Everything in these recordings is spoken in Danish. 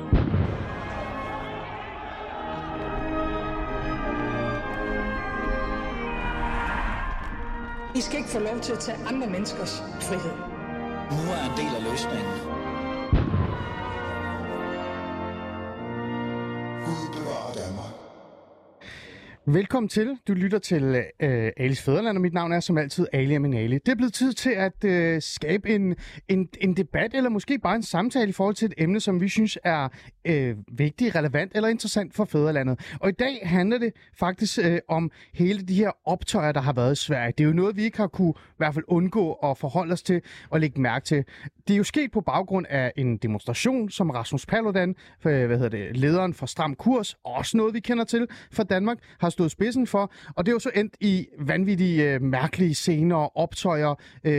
I skal ikke få lov til at tage andre menneskers frihed. Nu er en del af løsningen. Gud bevarer Danmark. Velkommen til. Du lytter til Alis Fædreland, og mit navn er som altid Ali Aminali. Det er blevet tid til at skabe en debat, eller måske bare en samtale i forhold til et emne, som vi synes er vigtigt, relevant eller interessant for fædrelandet. Og i dag handler det faktisk om hele de her optøjer, der har været i Sverige. Det er jo noget, vi ikke har kunne i hvert fald undgå at forholde os til og lægge mærke til. Det er jo sket på baggrund af en demonstration, som Rasmus Paludan, lederen for Stram Kurs, også noget vi kender til fra Danmark, har stået spidsen for, og det er jo så endt i vanvittige, mærkelige scener og optøjer,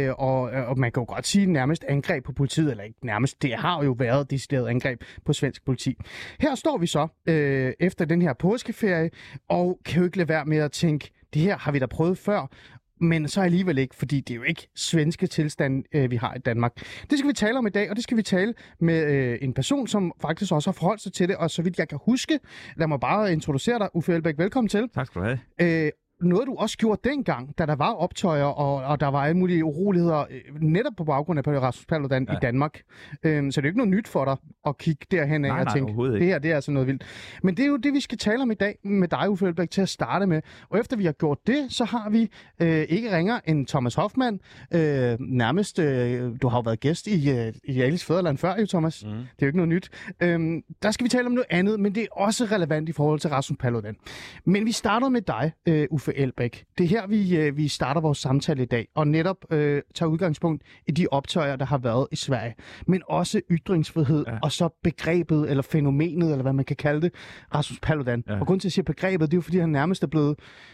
og man kan jo godt sige nærmest angreb på politiet, eller ikke nærmest, det har jo været decideret angreb på svensk politi. Her står vi så efter den her påskeferie, og kan jo ikke lade være med at tænke, det her har vi da prøvet før, men så alligevel ikke, fordi det er jo ikke svenske tilstande, vi har i Danmark. Det skal vi tale om i dag, og det skal vi tale med en person, som faktisk også har forholdt sig til det, og så vidt jeg kan huske, lad mig bare introducere dig, Uffe Elbæk. Velkommen til. Tak skal du have. Noget, du også gjorde dengang, da der var optøjer, og der var alle mulige uroligheder, det på baggrund af Rasmus Paludan i Danmark. Så det er jo ikke noget nyt for dig at kigge derhen af og tænke, det her det er altså noget vildt. Men det er jo det, vi skal tale om i dag med dig, Uffe Elbæk, til at starte med. Og efter vi har gjort det, så har vi ikke ringer end Thomas Hoffmann. Nærmest, du har jo været gæst i Alis Fædreland før, jo Thomas. Det er jo ikke noget nyt. Der skal vi tale om noget andet, men det er også relevant i forhold til Rasmus Paludan. Men vi starter med dig, Uffe Elbæk. Det er her, vi starter vores samtale i dag, og netop tager udgangspunkt i de optøjer, der har været i Sverige. Men også ytringsfrihed, og så begrebet, eller fænomenet, eller hvad man kan kalde det, Rasmus Paludan. Og grunden til at sige begrebet, det er jo, fordi han nærmest er blevet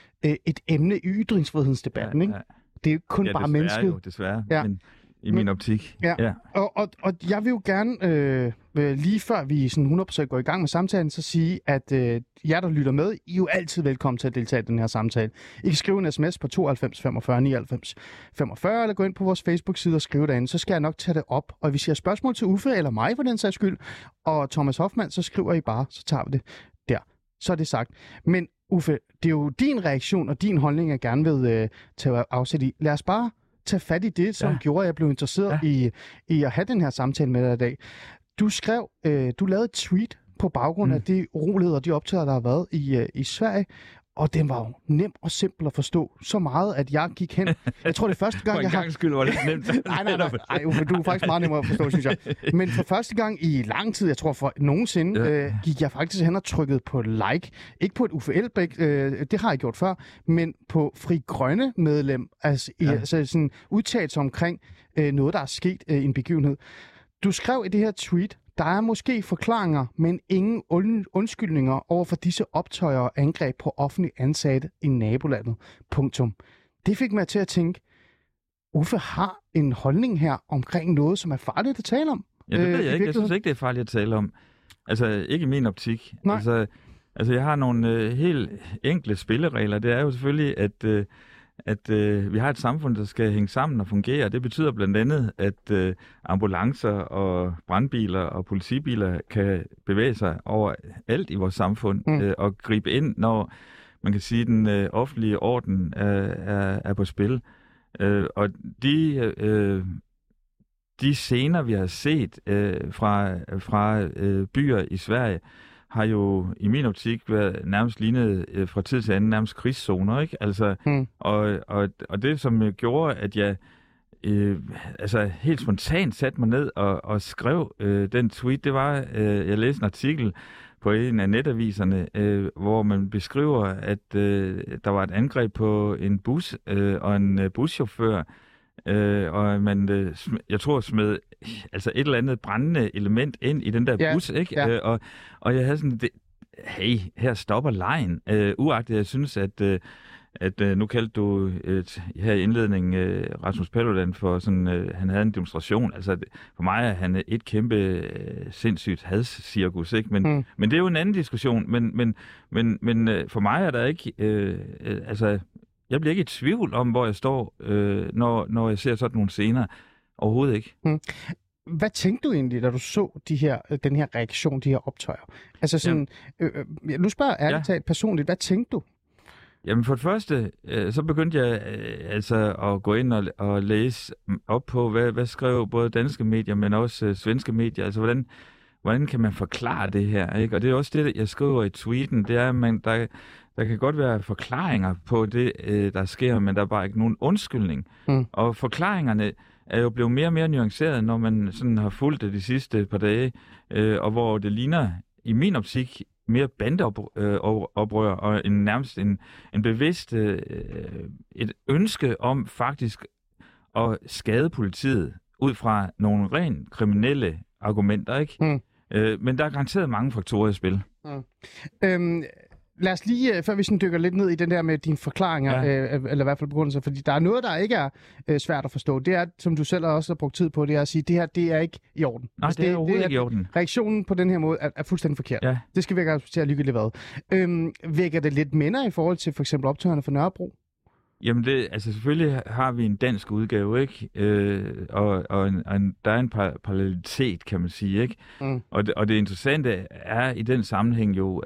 et emne i ytringsfrihedsdebatten, ikke? Det er jo kun bare mennesket. Desværre, men i min optik. Ja. Og jeg vil jo gerne, lige før vi sådan 100% går i gang med samtalen, så sige, at jer, der lytter med, I er jo altid velkommen til at deltage i den her samtale. I kan skrive en sms på 92 45 99 45, eller gå ind på vores Facebook-side og skrive derinde, så skal jeg nok tage det op. Og hvis I har spørgsmål til Uffe eller mig for den sags skyld, og Thomas Hoffmann, så skriver I bare, så tager vi det der. Så er det sagt. Men Uffe, det er jo din reaktion og din holdning, jeg gerne vil tage afsæt i. Lad os bare tage fat i det, som gjorde, at jeg blev interesseret i at have den her samtale med dig i dag. Du skrev, du lavede et tweet på baggrund af de uroligheder og de optøjer, der har været i Sverige, og den var jo nem og simpel at forstå. Så meget, at jeg gik hen. Jeg tror, det er første gang, jeg har... For en gang skyld var det nemt. Nej, Uffe, du er faktisk meget nemmere at forstå, synes jeg. Men for første gang i lang tid, jeg tror for nogensinde, gik jeg faktisk hen og trykkede på like. Ikke på et Uffe Elbæk, det har jeg gjort før, men på Fri Grønne medlem. Altså sådan udtalelse omkring noget, der er sket i en begivenhed. Du skrev i det her tweet, der er måske forklaringer, men ingen undskyldninger over for disse optøjer og angreb på offentligt ansatte i nabolandet. Punktum. Det fik mig til at tænke, Uffe har en holdning her omkring noget, som er farligt at tale om. Ja, det ved jeg ikke. Jeg synes ikke, det er farligt at tale om. Altså, ikke i min optik. Altså, jeg har nogle helt enkle spilleregler. Det er jo selvfølgelig, at vi har et samfund, der skal hænge sammen og fungere. Det betyder blandt andet, at ambulancer og brandbiler og politibiler kan bevæge sig over alt i vores samfund og gribe ind, når man kan sige, at den offentlige orden er på spil. Og de scener, vi har set fra byer i Sverige, har jo i min optik været nærmest lignet fra tid til anden, nærmest krigszoner, ikke? Altså, og det, som gjorde, at jeg helt spontant satte mig ned og skrev den tweet, det var, jeg læste en artikel på en af netaviserne, hvor man beskriver, at der var et angreb på en bus og en buschauffør, og man, jeg tror, smed et eller andet brændende element ind i den der bus, ikke? Ja. Og jeg havde sådan, hey, her stopper lejen. Uagtet, jeg synes, at nu kaldte du her i indledningen Rasmus Paludan for sådan, han havde en demonstration. Altså, for mig er han et kæmpe sindssygt hadscirkus, ikke? Men det er jo en anden diskussion. Men for mig er der ikke, jeg bliver ikke i tvivl om, hvor jeg står, når jeg ser sådan nogle scener. Overhovedet ikke. hvad tænkte du egentlig, da du så den her reaktion, de her optøjer? Altså sådan, nu spørger jeg ærligt talt personligt, hvad tænkte du? Jamen for det første, så begyndte jeg altså at gå ind og læse op på, hvad skrev både danske medier, men også svenske medier. Altså hvordan kan man forklare det her, ikke? Og det er også det, jeg skriver i tweeten, det er, at der kan godt være forklaringer på det, der sker, men der er bare ikke nogen undskyldning. Og forklaringerne er jo blevet mere og mere nuanceret, når man sådan har fulgt det de sidste par dage, og hvor det ligner, i min optik, mere bandeoprør og nærmest en bevidst et ønske om faktisk at skade politiet ud fra nogle rent kriminelle argumenter, ikke? Men der er garanteret mange faktorer i spil. Lad os lige, før vi sådan dykker lidt ned i den der med dine forklaringer, eller i hvert fald begrundelser, fordi der er noget, der ikke er svært at forstå. Det er, som du selv også har brugt tid på, det er at sige, det her, det er ikke i orden. Nej, det er overhovedet ikke i orden. Reaktionen på den her måde er fuldstændig forkert. Ja. Det skal vi ikke acceptere ligegyldigt hvad. Vækker det lidt minder i forhold til for eksempel optøjerne for Nørrebro? Jamen altså selvfølgelig har vi en dansk udgave, ikke? Der er en parallelitet, kan man sige, ikke? Og det interessante er i den sammenhæng jo,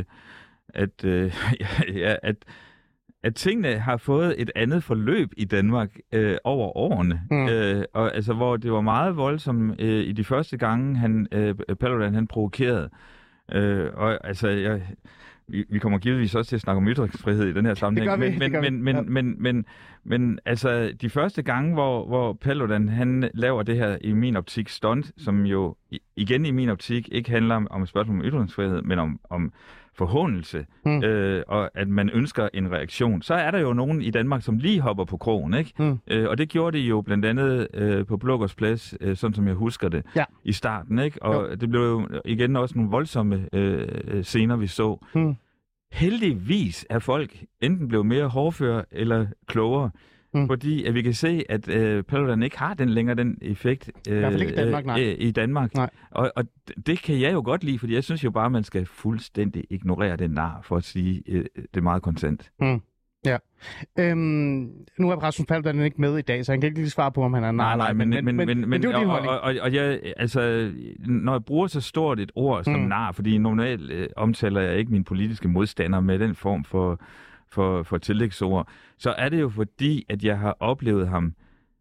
at tingene har fået et andet forløb i Danmark over årene. Og altså hvor det var meget voldsomt i de første gange, Paludan han provokerede. Og altså vi kommer givetvis også til at snakke om ytringsfrihed i den her sammenhæng. Men altså de første gange, hvor Paludan han laver det her i min optik stunt, som jo igen i min optik ikke handler om et spørgsmål om ytringsfrihed, men om forhåndelse, og at man ønsker en reaktion, så er der jo nogen i Danmark, som lige hopper på krogen, ikke? Og det gjorde de jo blandt andet på Blågårds Plads, sådan som jeg husker det, i starten, ikke? Og det blev jo igen også nogle voldsomme scener, vi så. Heldigvis er folk enten blevet mere hårdføre eller klogere, fordi at vi kan se, at Paludan ikke har den effekt i hvert fald ikke i Danmark. Og det kan jeg jo godt lide, fordi jeg synes jo bare, at man skal fuldstændig ignorere den nar, for at sige det er meget kontant. Ja. Nu er Rasmus Paludan ikke med i dag, så han kan ikke lige svare på, om han er nar. Nej, men det er jo din holdning. Og jeg, altså, når jeg bruger så stort et ord som nar, fordi normalt omtaler jeg ikke mine politiske modstandere med den form for tillægsord, så er det jo fordi, at jeg har oplevet ham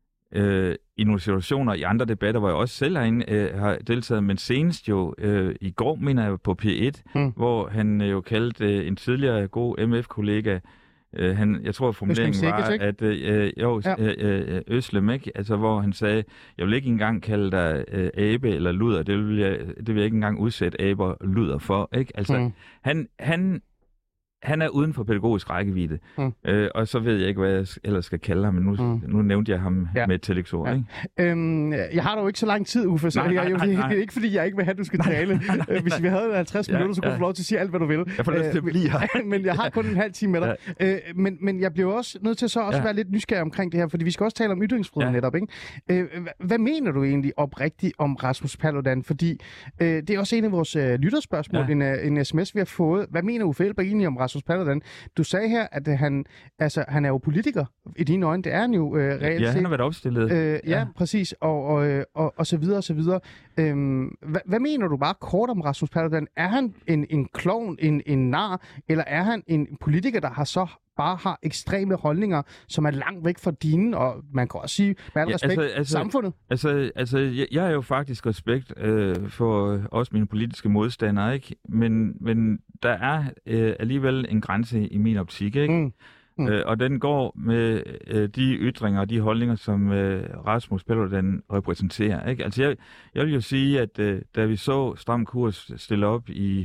i nogle situationer i andre debatter, hvor jeg også selv har deltaget, men senest jo i går, mener jeg, på P1, hvor han jo kaldte en tidligere god MF-kollega, jeg tror formuleringen var, at Øslem, ikke? Altså, hvor han sagde, jeg vil ikke engang kalde dig abe eller luder, det vil jeg ikke engang udsætte aber luder for, ikke? Altså, han er uden for pædagogisk rækkevidde, og så ved jeg ikke, hvad jeg ellers skal kalde ham, men nu nævnte jeg ham med et tillægsord. Ikke? Jeg har dog ikke så lang tid, Uffe, så det er ikke fordi, jeg ikke vil have, at du skal tale. Hvis vi havde 50 minutter, så kunne du få lov til at sige alt, hvad du vil. Jeg får lyst til at blive her. Men jeg har kun en halv time med dig. Men jeg bliver også nødt til så også være lidt nysgerrig omkring det her, fordi vi skal også tale om ytringsfrihed netop. Ikke? Hvad mener du egentlig oprigtigt om Rasmus Paludan? Fordi det er også en af vores lytterspørgsmål, en sms, vi har fået. Hvad mener Uffe Elbæk egentlig om Rasmus Paludan? Du sagde her, at han er jo politiker. I dine øjne, det er han jo reelt set. Ja, han har været opstillet. Ja, præcis. Og så videre, og så videre. Hvad mener du bare kort om Rasmus Paludan? Er han en klovn, en nar, eller er han en politiker, der har ekstreme holdninger, som er langt væk fra dine, og man kan også sige, med al respekt, samfundet? Jeg har jo faktisk respekt for også mine politiske modstandere, ikke? Men der er alligevel en grænse i min optik, ikke? Og den går med de ytringer og de holdninger, som Rasmus Paludan repræsenterer, ikke? Altså jeg vil jo sige, at da vi så Stram Kurs stille op i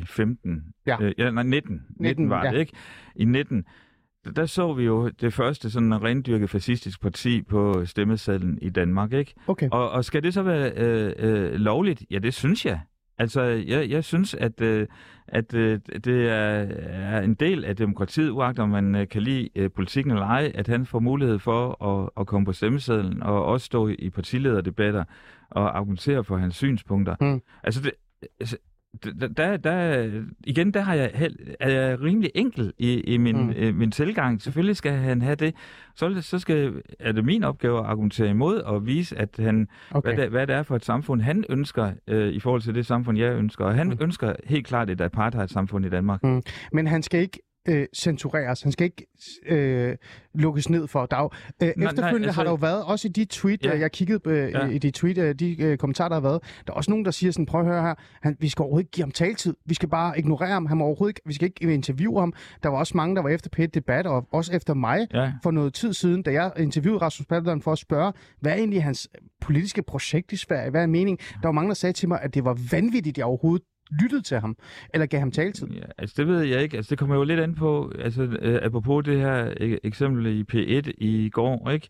19 var det, ikke? I 19, der så vi jo det første sådan rendyrket fascistisk parti på stemmesedlen i Danmark, ikke? Okay. Og skal det så være lovligt? Ja, det synes jeg. Altså, jeg synes, at det er en del af demokratiet, uagtet om man kan lide politikken eller ej, at han får mulighed for at komme på stemmesedlen og også stå i partilederdebatter og argumentere for hans synspunkter. Altså, der er jeg rimelig enkel i min tilgang. Selvfølgelig skal han have det. Så er det min opgave at argumentere imod og vise, at hvad det er for et samfund, han ønsker i forhold til det samfund, jeg ønsker. Og han ønsker helt klart et apartheid-samfund i Danmark. Men han skal ikke censureres. Han skal ikke lukkes ned for dag. Efterfølgende har der jo været, også i de tweet, jeg kiggede i de tweet, de kommentarer, der har været, der er også nogen, der siger sådan, prøv at høre her, vi skal overhovedet ikke give ham taletid. Vi skal bare ignorere ham. Vi skal ikke interviewe ham. Der var også mange, der var efter P1-debat, og også efter mig for noget tid siden, da jeg interviewede Rasmus Paludan for at spørge, hvad er egentlig hans politiske projekt i Sverige? Hvad er meningen? Der var mange, der sagde til mig, at det var vanvittigt, jeg overhovedet lyttede til ham, eller gav ham taletid? Ja, altså det ved jeg ikke. Altså det kommer jo lidt an på, altså apropos det her eksempel i P1 i går, ikke?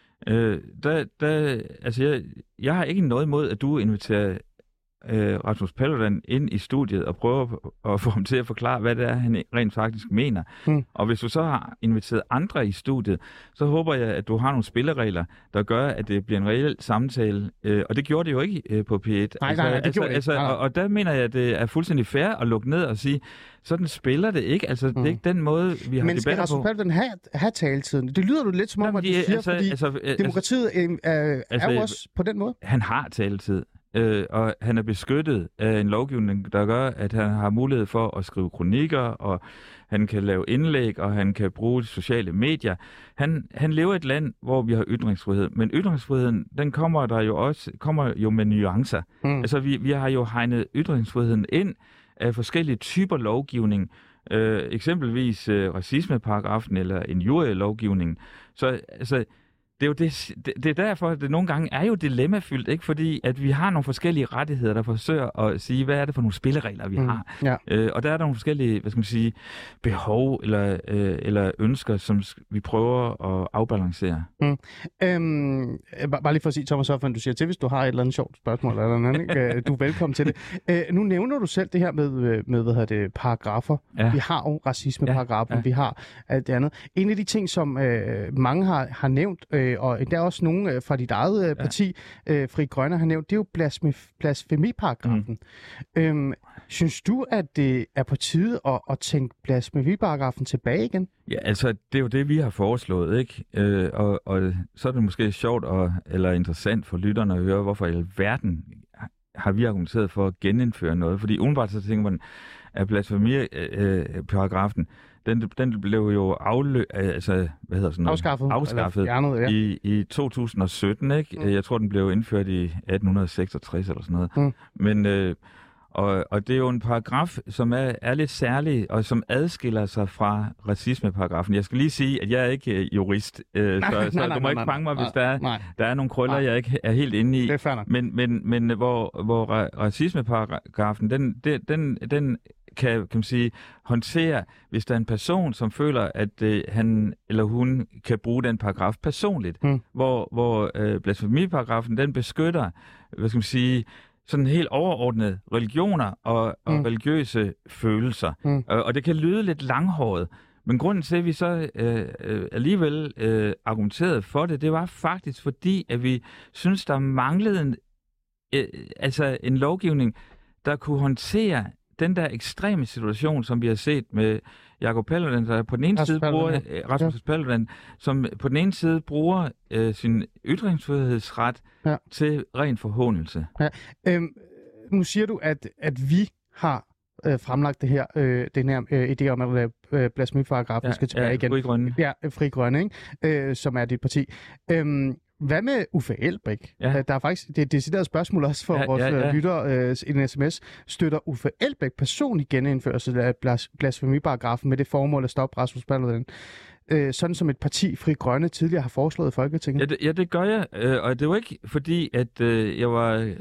Altså jeg har ikke noget imod, at du inviterer Rasmus Paludan ind i studiet og prøver at få ham til at forklare, hvad det er, han rent faktisk mener. Og hvis du så har inviteret andre i studiet, så håber jeg, at du har nogle spilleregler, der gør, at det bliver en reel samtale. Og det gjorde det jo ikke på P1. Nej, det gjorde det ikke. Og der mener jeg, at det er fuldstændig fair at lukke ned og sige, sådan spiller det ikke. Altså, det er ikke den måde, vi har debatter på. Men skal Rasmus Paludan have taletiden? Det lyder du lidt som om, at du siger, fordi demokratiet er jo også på den måde. Han har taletid. Og han er beskyttet af en lovgivning, der gør, at han har mulighed for at skrive kronikker, og han kan lave indlæg, og han kan bruge de sociale medier. Han lever i et land, hvor vi har ytringsfrihed. Men ytringsfriheden, den kommer jo med nuancer. Altså, vi har jo hegnet ytringsfriheden ind af forskellige typer lovgivning. Eksempelvis racismeparagrafen eller injurielovgivningen. Så altså, det er jo det er derfor, at det nogle gange er jo dilemmafyldt, ikke? Fordi at vi har nogle forskellige rettigheder, der forsøger at sige, hvad er det for nogle spilleregler, vi har. Og der er nogle forskellige, hvad skal man sige, behov eller ønsker, som vi prøver at afbalancere. Bare lige for at sige, Thomas Hoffmann, du siger til, hvis du har et eller andet sjovt spørgsmål eller noget andet, du er velkommen til det. Nu nævner du selv det her med paragrafer. Ja. Vi har jo racismeparagrafen, vi har alt det andet. En af de ting, som mange har nævnt, og der er også nogen fra dit eget parti, Fri Grønne, har nævnt, det er jo blasfemiparagrafen. Synes du, at det er på tide at tænke blasfemiparagrafen tilbage igen? Ja, altså, det er jo det, vi har foreslået, ikke? Og så er det måske sjovt eller interessant for lytterne at høre, hvorfor i alverden har vi argumenteret for at genindføre noget. Fordi umiddelbart så tænker man, at blasfemiparagrafen, den blev jo afskaffet fjernet, i 2017, ikke? Jeg tror, den blev indført i 1866 eller sådan noget. Men og det er jo en paragraf, som er lidt særlig, og som adskiller sig fra racismeparagrafen. Jeg skal lige sige, at jeg er ikke jurist, så du må ikke fange mig, hvis der er nogle krøller, jeg ikke er helt inde i. Det er men hvor racismeparagrafen, den kan man sige, håndtere, hvis der er en person, som føler, at han eller hun kan bruge den paragraf personligt. Hvor blasfemiparagrafen, den beskytter, hvad skal man sige, sådan helt overordnet religioner og religiøse følelser. Og det kan lyde lidt langhåret, men grunden til, at vi så alligevel argumenterede for det, det var faktisk fordi, at vi synes, der manglede en lovgivning, der kunne håndtere den der ekstreme situation, som vi har set med Jakob Paludan, der på den ene side bruger Rasmus Paludan, som på den ene side bruger sin ytringsfrihedsret til ren forhåndelse. Nu siger du, at vi har fremlagt den her idé om, at blasfemiparagrafen skal tilbage igen. Fri Grønne. Ja, Fri Grønne, ikke? Som er dit parti. Hvad med Uffe Elbæk? Der er faktisk det er et decideret spørgsmål også for vores lyttere i en sms. Støtter Uffe Elbæk personligt genindførelse af blasfemiparagrafen med det formål at stoppe Rasmus Paludan? Sådan som et parti, Fri Grønne, tidligere har foreslået i Folketinget? Ja, det gør jeg. Og det var ikke fordi, at jeg var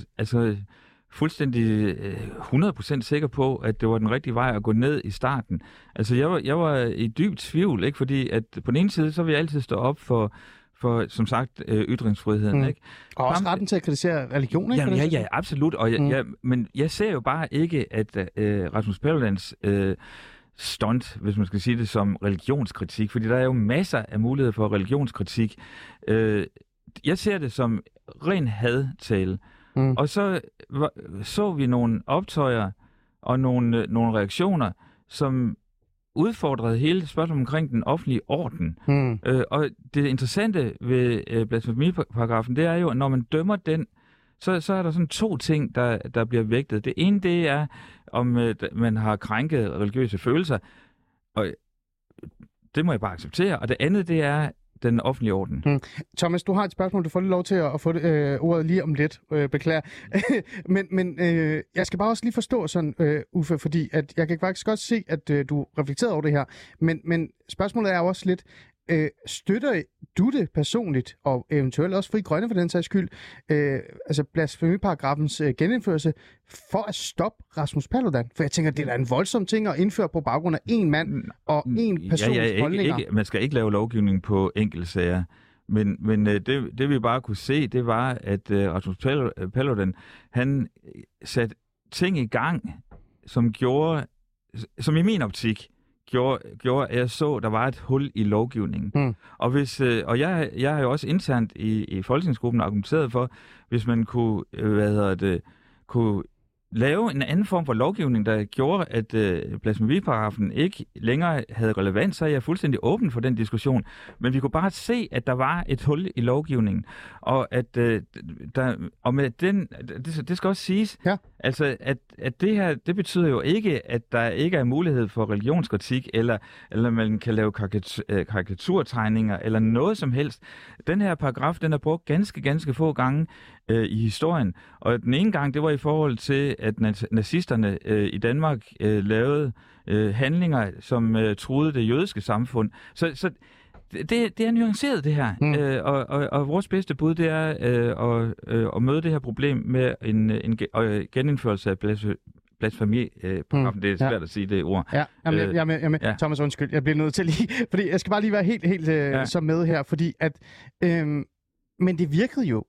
fuldstændig 100% sikker på, at det var den rigtige vej at gå ned i starten. Altså, jeg var i dyb tvivl, ikke? Fordi at på den ene side, så vil jeg altid stå op for som sagt, ytringsfriheden. Ikke? Og også retten til at kritisere religion, ikke? Jamen, ja, absolut. Og men jeg ser jo bare ikke, at Rasmus Paludans stunt, hvis man skal sige det, som religionskritik, fordi der er jo masser af muligheder for religionskritik. Jeg ser det som ren hadtale, Og så vi nogle optøjer og nogle reaktioner, som udfordrede hele spørgsmålet omkring den offentlige orden. Og det interessante ved blasfemiparagrafen, det er jo, at når man dømmer den, så er der sådan 2 ting, der bliver vægtet. Det ene, det er, om man har krænket religiøse følelser, og det må jeg bare acceptere. Og det andet, det er den offentlige orden. Thomas, du har et spørgsmål. Du får lige lov til at få ordet lige om lidt. Beklager. men jeg skal bare også lige forstå sådan, Uffe, fordi at jeg kan faktisk godt se, at du reflekterede over det her. Men spørgsmålet er jo også lidt, støtter du det personligt, og eventuelt også Fri Grønne for den sags skyld, altså blasfemiparagrafens genindførelse, for at stoppe Rasmus Paludan? For jeg tænker, det er en voldsom ting at indføre på baggrund af en mand og en persons holdninger. Man skal ikke lave lovgivning på enkeltsager. Men det vi bare kunne se, det var, at Rasmus Paludan, han satte ting i gang, som i min optik gjorde, at jeg så, der var et hul i lovgivningen. Og jeg har jo også internt i folketingsgruppen argumenteret for, hvis man kunne, kunne lave en anden form for lovgivning, der gjorde, at blasfemiparagrafen ikke længere havde relevans, så er jeg fuldstændig åben for den diskussion. Men vi kunne bare se, at der var et hul i lovgivningen. Og at med den, det skal også siges, altså at det her, det betyder jo ikke, at der ikke er mulighed for religionskritik, eller man kan lave karikaturtegninger, eller noget som helst. Den her paragraf, den er brugt ganske få gange i historien. Og den ene gang, det var i forhold til, at nazisterne i Danmark lavede handlinger, som truede det jødiske samfund. Så det er nuanceret, det her. Og vores bedste bud, det er at møde det her problem med en genindførelse af blasfemiparagrafen. Det er svært at sige det ord. Ja, jeg er med. Thomas, undskyld. Jeg bliver nødt til lige... Fordi jeg skal bare lige være helt så med her, fordi at... men det virkede jo,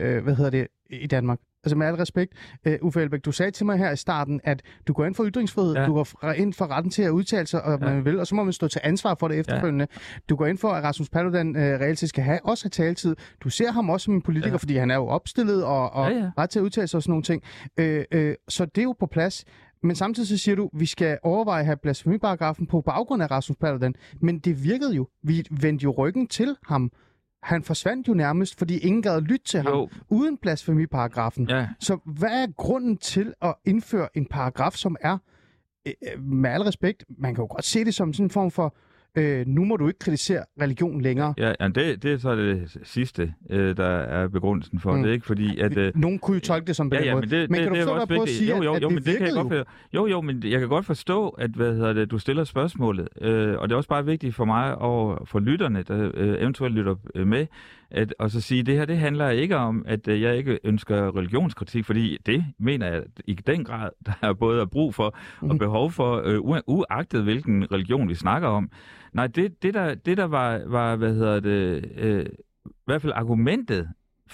i Danmark. Altså med al respekt, Uffe Elbæk, du sagde til mig her i starten, at du går ind for ytringsfrihed, du går ind for retten til at udtale sig, og man vil, og så må man stå til ansvar for det efterfølgende. Du går ind for, at Rasmus Paludan reelt set skal have taletid. Du ser ham også som en politiker, fordi han er jo opstillet og ret til at udtale sig og sådan nogle ting. Så det er jo på plads. Men samtidig så siger du, at vi skal overveje at have blasfemiparagrafen på baggrund af Rasmus Paludan. Men det virkede jo. Vi vendte jo ryggen til ham. Han forsvandt jo nærmest, fordi ingen gad lytte til ham uden blasfemiparagrafen. Ja. Så hvad er grunden til at indføre en paragraf, som er, med al respekt, man kan jo godt se det som sådan en form for, nu må du ikke kritisere religion længere. Ja, det er så det sidste, der er begrundelsen for det, ikke? Fordi at... Nogen kunne jo tolke det som bedre måde. Men kan du forstå, prøve at sige, at det virkede jo? Jo, men jeg kan godt forstå, at du stiller spørgsmålet, og det er også bare vigtigt for mig og for lytterne, der eventuelt lytter med, og så sige, at det her, det handler ikke om, at jeg ikke ønsker religionskritik, fordi det mener jeg i den grad, der er både brug for og behov for, uagtet hvilken religion vi snakker om. Nej, det der var i hvert fald argumentet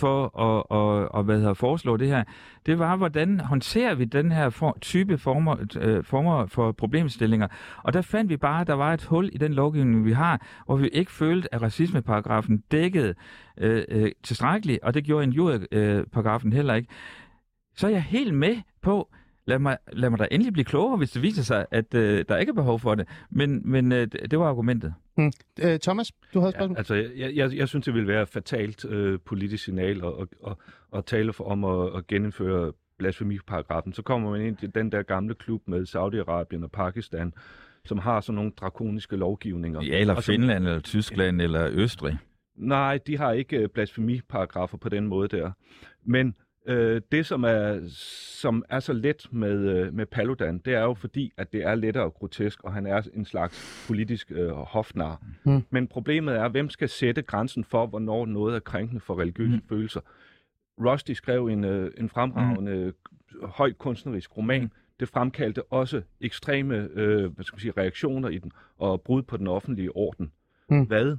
for at foreslå det her, det var, hvordan håndterer vi den her type former for problemstillinger. Og der fandt vi bare, at der var et hul i den lovgivning, vi har, hvor vi ikke følte, at racismeparagrafen dækkede tilstrækkeligt, og det gjorde injurieparagrafen heller ikke. Så er jeg helt med på, lad mig da endelig blive klogere, hvis det viser sig, at der ikke er behov for det. Men det var argumentet. Thomas, du havde et spørgsmål? Altså, jeg synes, det ville være fatalt politisk signal at tale om at genindføre blasfemiparagrafen. Så kommer man ind i den der gamle klub med Saudi-Arabien og Pakistan, som har sådan nogle drakoniske lovgivninger. Ja, eller Finland, eller Tyskland, eller Østrig. Nej, de har ikke blasfemiparagrafer på den måde der. Men det, som er så let med Paludan, det er jo fordi, at det er lettere grotesk, og han er en slags politisk hofnar. Men problemet er, hvem skal sætte grænsen for, hvornår noget er krænkende for religiøse følelser? Rushdie skrev en fremragende, højt kunstnerisk roman. Det fremkaldte også ekstreme reaktioner i den, og brud på den offentlige orden. Hvad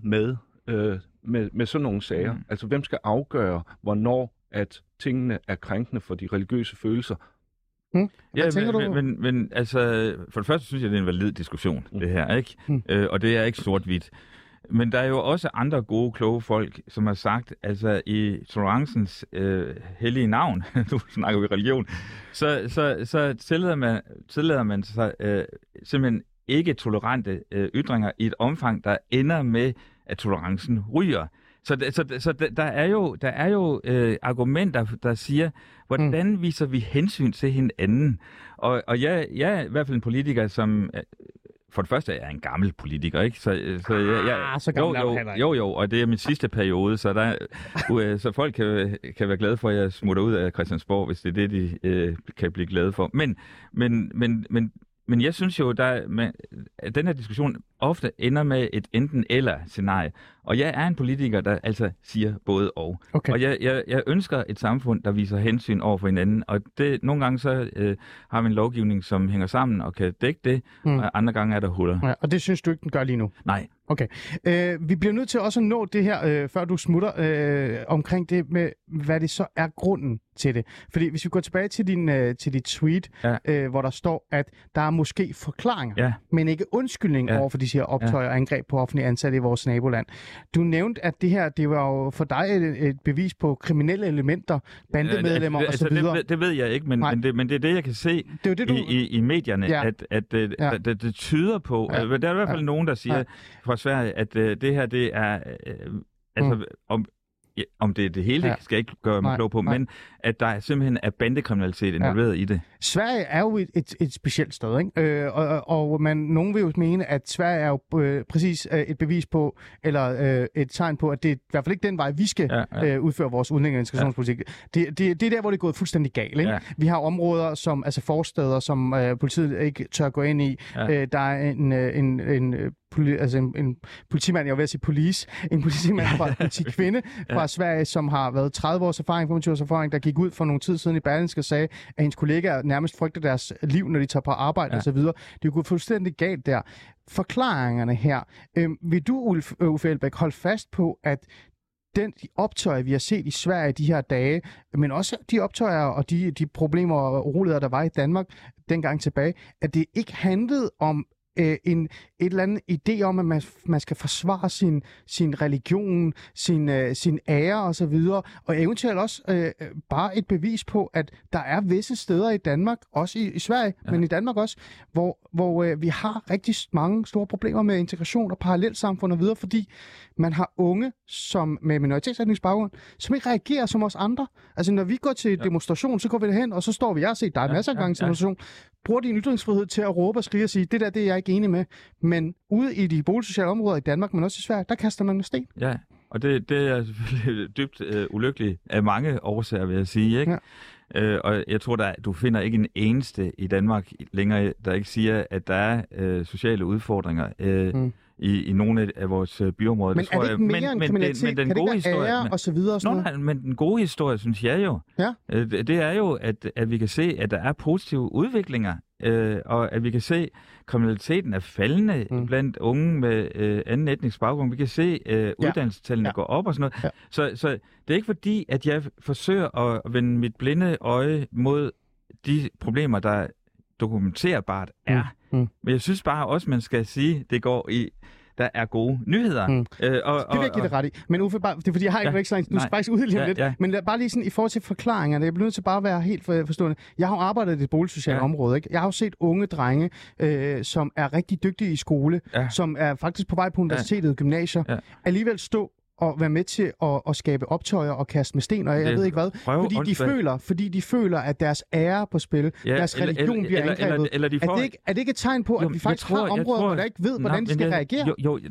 med sådan nogle sager? Altså, hvem skal afgøre, hvornår at tingene er krænkende for de religiøse følelser? Men altså, for det første synes jeg, det er en valid diskussion, det her, ikke? Og det er ikke sort-hvidt. Men der er jo også andre gode, kloge folk, som har sagt, altså i tolerancens hellige navn, nu snakker vi religion, så tillader man sig simpelthen ikke tolerante ytringer i et omfang, der ender med, at tolerancen ryger. Så der er jo argumenter, der siger, hvordan viser vi hensyn til hinanden? Og jeg er i hvert fald en politiker, som... For det første er jeg en gammel politiker, ikke? Så og det er min sidste periode, så folk kan være glade for, at jeg smutter ud af Christiansborg, hvis det er det, de kan blive glade for. Men jeg synes jo, at den her diskussion ofte ender med et enten-eller scenarie. Og jeg er en politiker, der altså siger både og. Okay. Og jeg ønsker et samfund, der viser hensyn over for hinanden. Og nogle gange så har vi en lovgivning, som hænger sammen og kan dække det, og andre gange er der huller. Ja, og det synes du ikke, den gør lige nu? Nej. Okay. Vi bliver nødt til også at nå det her, før du smutter, omkring det med, hvad det så er grunden til det. Fordi hvis vi går tilbage til dit tweet, hvor der står, at der er måske forklaringer, men ikke undskyldning over for de her optøjer og angreb på offentlige ansatte i vores naboland. Du nævnte, at det her, det var jo for dig et bevis på kriminelle elementer, bandemedlemmer osv. Det ved jeg ikke, men det er det, jeg kan se i medierne, at det tyder på. Der er i hvert fald nogen, der siger fra Sverige, at det her, det er... Om det er det hele, skal jeg ikke gøre mig klog på, men at der simpelthen er bandekriminalitet involveret i det. Sverige er jo et specielt sted, ikke? Og nogen vil jo mene, at Sverige er jo præcis et bevis på, eller et tegn på, at det er i hvert fald ikke den vej, vi skal udføre vores udlændinge- og integrationspolitik. Det er der, hvor det er gået fuldstændig galt, ikke? Vi har områder, som forsteder, som politiet ikke tør gå ind i. Der er en politimand, jeg vil sige en politimand fra politikvinde fra Sverige, som har været 30 års erfaring, 25 års erfaring, der gik ud for nogle tid siden i Berlingske og sagde, at hendes kollegaer nærmest frygter deres liv, når de tager på arbejde osv. Det er jo gået fuldstændig galt der. Forklaringerne her. Vil du, Uffe Elbæk, holde fast på, at de optøjer, vi har set i Sverige de her dage, men også de optøjer og de problemer og uroligheder, der var i Danmark dengang tilbage, at det ikke handlede om et eller andet idé om, at man skal forsvare sin religion, sin ære og så videre, og eventuelt også bare et bevis på, at der er visse steder i Danmark, også i Sverige, men i Danmark også, hvor vi har rigtig mange store problemer med integration og parallelsamfund og videre, fordi man har unge som med minoritetsetningsbaggrund, som ikke reagerer som os andre. Altså når vi går til demonstration, så går vi derhen, og så står vi, jeg har set dig masser af gange til demonstration, bruger din ytringsfrihed til at råbe og skrige og sige, det er jeg ikke enig med. Men ude i de boligsociale områder i Danmark, men også i Sverige, der kaster man med sten. Ja, og det er selvfølgelig dybt ulykkeligt af mange årsager, vil jeg sige, ikke? Ja. Og jeg tror, du finder ikke en eneste i Danmark længere, der ikke siger, at der er sociale udfordringer i nogle af vores byområder. Men er det ikke mere end kriminalitet? Kan det ikke være ære og så videre? Men den gode historie, synes jeg jo, det er jo, at vi kan se, at der er positive udviklinger, og at vi kan se, at kriminaliteten er faldende blandt unge med anden etnisk baggrund. Vi kan se, at uddannelsestallene går op og sådan noget. Ja. Så det er ikke fordi, at jeg forsøger at vende mit blinde øje mod de problemer, der dokumenterbart er. Men jeg synes bare også, man skal sige, det går i... Der er gode nyheder. Det vil jeg give dig ret i. Men Uffe, det er fordi, jeg har ikke så du skal faktisk ud lige lidt. Men bare lige sådan i forhold til forklaringerne, jeg bliver nødt til bare at være helt forstående. Jeg har jo arbejdet i det boligsociale område, ikke? Jeg har jo set unge drenge, som er rigtig dygtige i skole, som er faktisk på vej på universitetet, gymnasier, alligevel stå og være med til at skabe optøjer og kaste med sten, og jeg ved ikke hvad, fordi de føler, at deres ære på spil, deres religion bliver angrebet. Er det ikke et tegn på, at vi faktisk har områder, hvor der ikke ved, hvordan de skal reagere?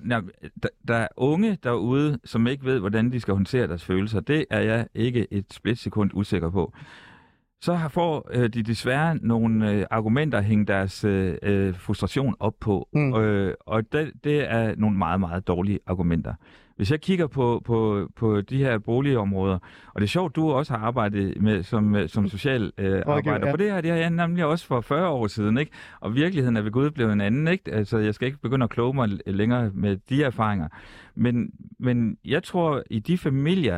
Der er unge derude, som ikke ved, hvordan de skal håndtere deres følelser. Det er jeg ikke et splitsekund usikker på. Så får de desværre nogle argumenter at hænge deres frustration op på, og det er nogle meget, meget dårlige argumenter. Hvis jeg kigger på de her boligområder, og det er sjovt, du også har arbejdet med som social arbejder, for det har jeg nemlig også for 40 år siden, ikke? Og virkeligheden er ved Gud blevet en anden, ikke? Altså, jeg skal ikke begynde at kloge mig længere med de erfaringer. Men jeg tror, i de familier,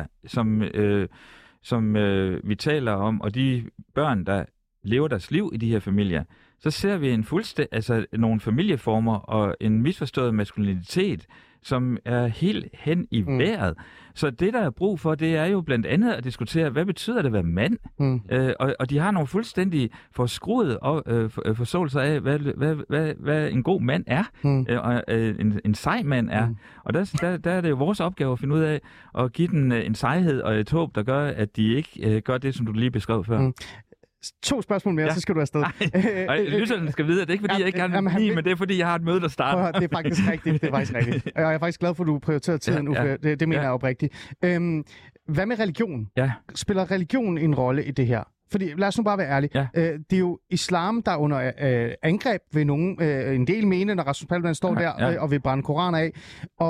som vi taler om, og de børn, der lever deres liv i de her familier, så ser vi nogle familieformer og en misforstået maskulinitet, som er helt hen i vejret. Så det, der er brug for, det er jo blandt andet at diskutere, hvad betyder det at være mand? Og de har nogle fuldstændig forskruede forståelser af, hvad en god mand er, og en sej mand er. Og der er det jo vores opgave at finde ud af at give den en sejhed og et håb, der gør, at de ikke gør det, som du lige beskrev før. 2 spørgsmål mere, så skal du afsted. Lytterne skal vide, at det er ikke, fordi jeg ikke gerne vil men det er, fordi jeg har et møde, der starter. Det er faktisk rigtigt. Og jeg er faktisk glad for, at du prioriterer tiden, Uffe. Det mener jeg oprigtigt. Hvad med religion? Ja. Spiller religion en rolle i det her? Fordi lad os nu bare være ærlige. Ja. Det er jo islam, der er under angreb ved nogen. En del mener, når Rasmus Paludan står der og vil brænde koraner af.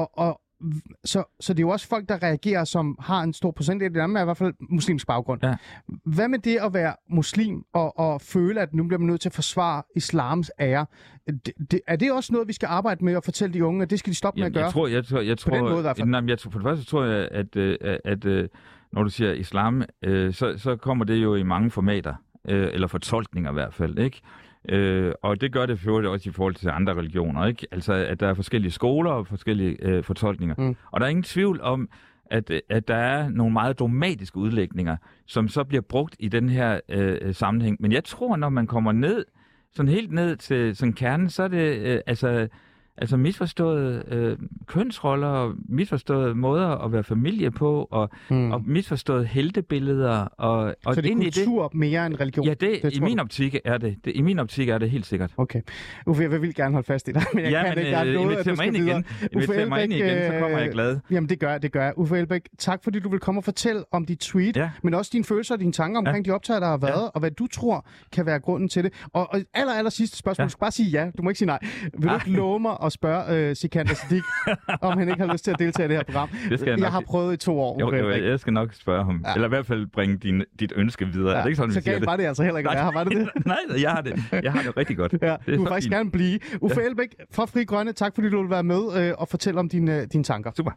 Så det er jo også folk, der reagerer, som har en stor procentdel, det er i hvert fald muslimsk baggrund. Ja. Hvad med det at være muslim og føle, at nu bliver man nødt til at forsvare islams ære? Er det også noget, vi skal arbejde med og fortælle de unge, at det skal de stoppe med at gøre? Jeg tror, på den måde i hvert fald. For det første tror jeg, at når du siger islam, så kommer det jo i mange formater, eller fortolkninger i hvert fald, ikke? Og det gør det for også i forhold til andre religioner, ikke? Altså, at der er forskellige skoler og forskellige fortolkninger. Og der er ingen tvivl om, at der er nogle meget dogmatiske udlægninger, som så bliver brugt i den her sammenhæng. Men jeg tror, når man kommer ned, sådan helt ned til sådan kernen, så er det altså misforståede kønsroller, og misforståede måder at være familie på, og misforståede heltebilleder. Så det er kultur mere end religion? Ja, i min optik er det. I min optik er det helt sikkert. Okay. Uffe, jeg vil gerne holde fast i dig, men jeg kan ikke. Jeg inviterer mig ind igen. Inviterer mig ind igen, så kommer jeg glad. Jamen, det gør jeg. Uffe Elbæk, tak fordi du vil komme og fortælle om dit tweet, men også dine følelser og dine tanker omkring de optagelser, der har været, og hvad du tror kan være grunden til det. Og aller sidste spørgsmål. Du skal bare sige ja. Du må ikke sige nej. Vil du ikke love mig at spørge Sikander Siddique, om han ikke har lyst til at deltage i det her program? Jeg har prøvet i 2 år. Jo, jeg skal nok spørge ham. Ja. Eller i hvert fald bringe dit ønske videre. Er det ikke sådan, så galt var det altså heller ikke. Var det det? Nej, jeg har det rigtig godt. Ja, du vil faktisk gerne blive. Uffe Elbæk fra Frie Grønne, tak fordi du vil være med og fortælle om dine tanker. Super.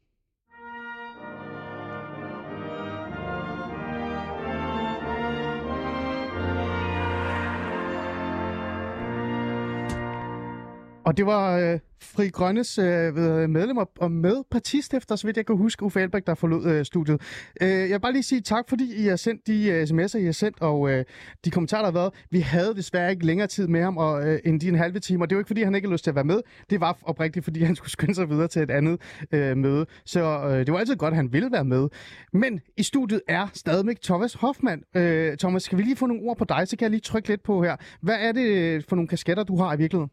Og det var Frie Grønnes medlemmer og medpartistifter, så vidt jeg kan huske, Uffe Elbæk, der forlod studiet. Jeg vil bare lige sige tak, fordi I har sendt de sms'er, I har sendt, og de kommentarer, der har været. Vi havde desværre ikke længere tid med ham end de en halve time, og det var ikke, fordi han ikke havde lyst til at være med. Det var oprigtigt, fordi han skulle skynde sig videre til et andet møde. Så det var altid godt, at han ville være med. Men i studiet er stadig Thomas Hoffmann. Thomas, skal vi lige få nogle ord på dig, så kan jeg lige trykke lidt på her. Hvad er det for nogle kasketter, du har i virkeligheden?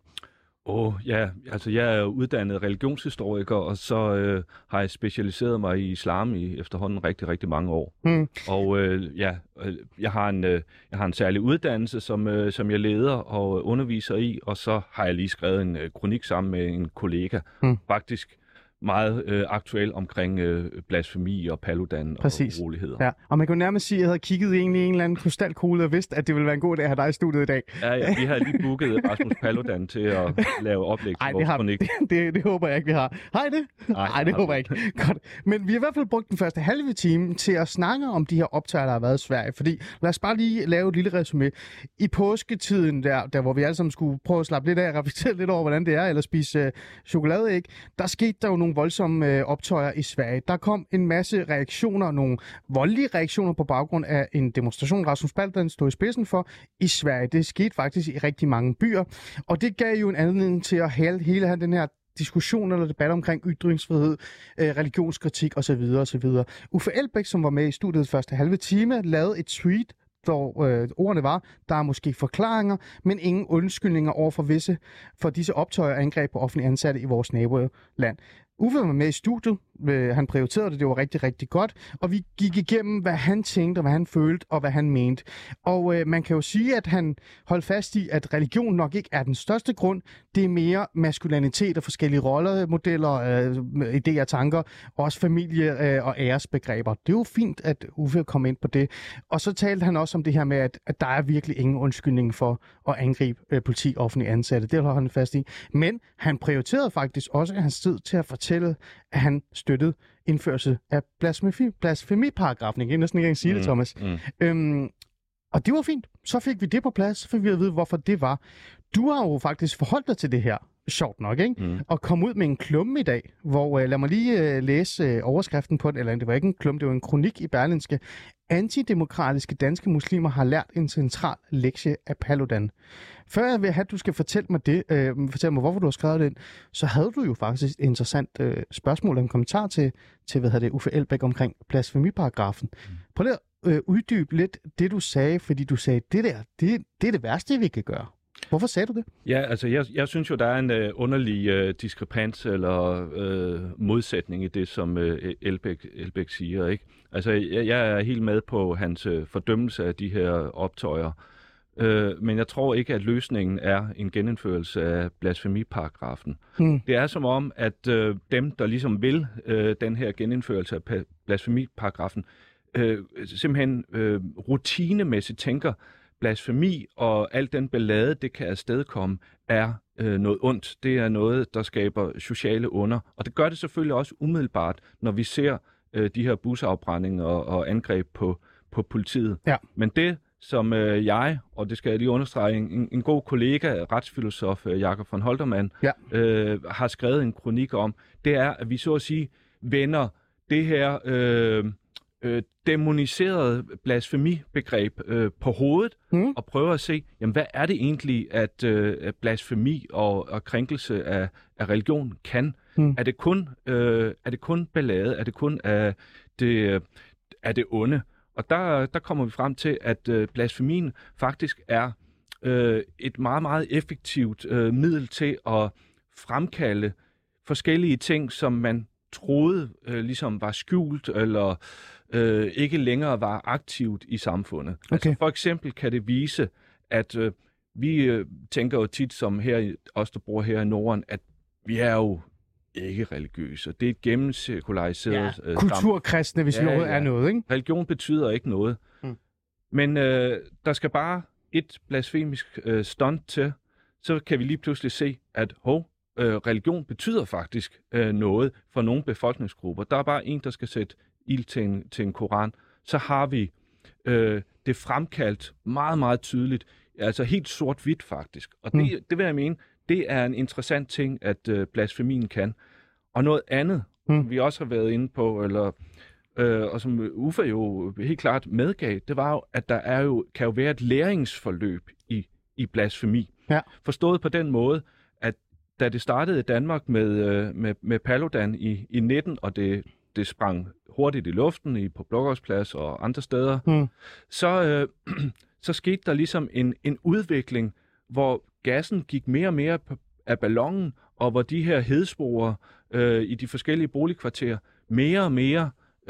Altså jeg er uddannet religionshistoriker, og så har jeg specialiseret mig i islam i efterhånden rigtig, rigtig mange år. Og jeg har en særlig uddannelse, som jeg leder og underviser i, og så har jeg lige skrevet en kronik sammen med en kollega, faktisk meget aktuel omkring blasfemi og Paludan og uroligheder. Ja. Og man kunne nærmest sige, at jeg havde kigget i en eller anden krystalkugle og vidst, at det ville være en god dag at have dig i studiet i dag. Ja, vi har lige booket Rasmus Paludan til at lave oplæg til vores kronik. Det håber jeg ikke, vi har. Har I det? Nej, det håber jeg ikke. Godt. Men vi har i hvert fald brugt den første halve time til at snakke om de her optagelser, der har været i Sverige. Fordi lad os bare lige lave et lille resumé. I påsketiden, der hvor vi alle sammen skulle prøve at slappe lidt af og reflektere lidt over, hvordan det er, eller spise chokoladeæg, der skete der jo nogle voldsomme optøjer i Sverige. Der kom en masse reaktioner, nogle voldelige reaktioner på baggrund af en demonstration, Rasmus Paludan stod i spidsen for i Sverige. Det skete faktisk i rigtig mange byer, og det gav jo en anledning til at hele den her diskussion eller debat omkring ytringsfrihed, religionskritik osv. osv. Uffe Elbæk, som var med i studiet første halve time, lavede et tweet, hvor ordene var, der er måske forklaringer, men ingen undskyldninger over for disse optøjer og angreb på offentlige ansatte i vores naboland. Uffe var med i studiet, han prioriterede det var rigtig, rigtig godt, og vi gik igennem, hvad han tænkte, hvad han følte, og hvad han mente. Og man kan jo sige, at han holdt fast i, at religion nok ikke er den største grund, det er mere maskulinitet og forskellige rollemodeller, idéer og tanker, og også familie- og æresbegreber. Det er jo fint, at Uffe kom ind på det. Og så talte han også om det her med, at der er virkelig ingen undskyldning for at angribe politi og offentlige ansatte. Det holder han fast i. Men han prioriterede faktisk også hans tid til at fortælle, at han støttede indførelse af blasfemiparagrafen. Jeg kan næsten ikke engang sige det, Thomas. Og det var fint. Så fik vi det på plads, så fik vi at vide, hvorfor det var. Du har jo faktisk forholdt dig til det her. sjovt nok, ikke? Og kom ud med en klumme i dag, hvor, lad mig lige læse overskriften på den, eller det var ikke en klumme, det var en kronik i Berlingske. Antidemokratiske danske muslimer har lært en central lektie af Paludan. Før jeg vil have, at du skal fortælle mig, hvorfor du har skrevet den, så havde du jo faktisk et interessant spørgsmål og en kommentar til Uffe Elbæk omkring blasfemiparagrafen. Prøv lige at uddybe lidt det, du sagde, fordi du sagde, det er det værste, vi kan gøre. Hvorfor sagde du det? Ja, altså jeg synes jo, der er en underlig diskrepans eller modsætning i det, som Elbæk siger, ikke? Altså jeg er helt med på hans fordømmelse af de her optøjer, men jeg tror ikke, at løsningen er en genindførelse af blasfemiparagrafen. Det er som om, at dem, der ligesom vil den her genindførelse af blasfemiparagrafen, simpelthen rutinemæssigt tænker, blasfemi og al den ballade, det kan afstedkomme, er noget ondt. Det er noget, der skaber sociale onder. Og det gør det selvfølgelig også umiddelbart, når vi ser de her busafbrændinger og angreb på politiet. Ja. Men det, som jeg, og det skal jeg lige understrege, en god kollega, retsfilosof Jakob von Holtermann, har skrevet en kronik om, det er, at vi så at sige vender det her dæmoniserede blasfemibegreb på hovedet og prøver at se, jamen, hvad er det egentlig, at blasfemi og krænkelse af religion kan? Er det kun ballade? Er det kun af det onde? Og der kommer vi frem til, at blasfemien faktisk er et meget, meget effektivt middel til at fremkalde forskellige ting, som man troede ligesom var skjult eller ikke længere var aktivt i samfundet. Okay. Altså for eksempel kan det vise, at vi tænker jo tit som her, os der bor her i Norden, at vi er jo ikke religiøse. Det er et gennemsekulariseret kulturkristne, hvis vi overhovedet er noget, ikke? Religion betyder ikke noget. Men der skal bare et blasfemisk stunt til, så kan vi lige pludselig se, at religion betyder faktisk noget for nogle befolkningsgrupper. Der er bare en, der skal sætte ild til en koran. Så har vi det fremkaldt meget, meget tydeligt. Altså helt sort-hvidt faktisk. Og det vil jeg mene, det er en interessant ting, at blasfemien kan. Og noget andet, som vi også har været inde på, og som Uffe jo helt klart medgav, det var jo, at der kan jo være et læringsforløb i blasfemi. Ja. Forstået på den måde, at da det startede i Danmark med Paludan i 19, og det sprang hurtigt i luften på Blågårdsplads og andre steder, så skete der ligesom en udvikling, hvor gassen gik mere og mere af ballonen, og hvor de her hedsporer i de forskellige boligkvarterer mere og mere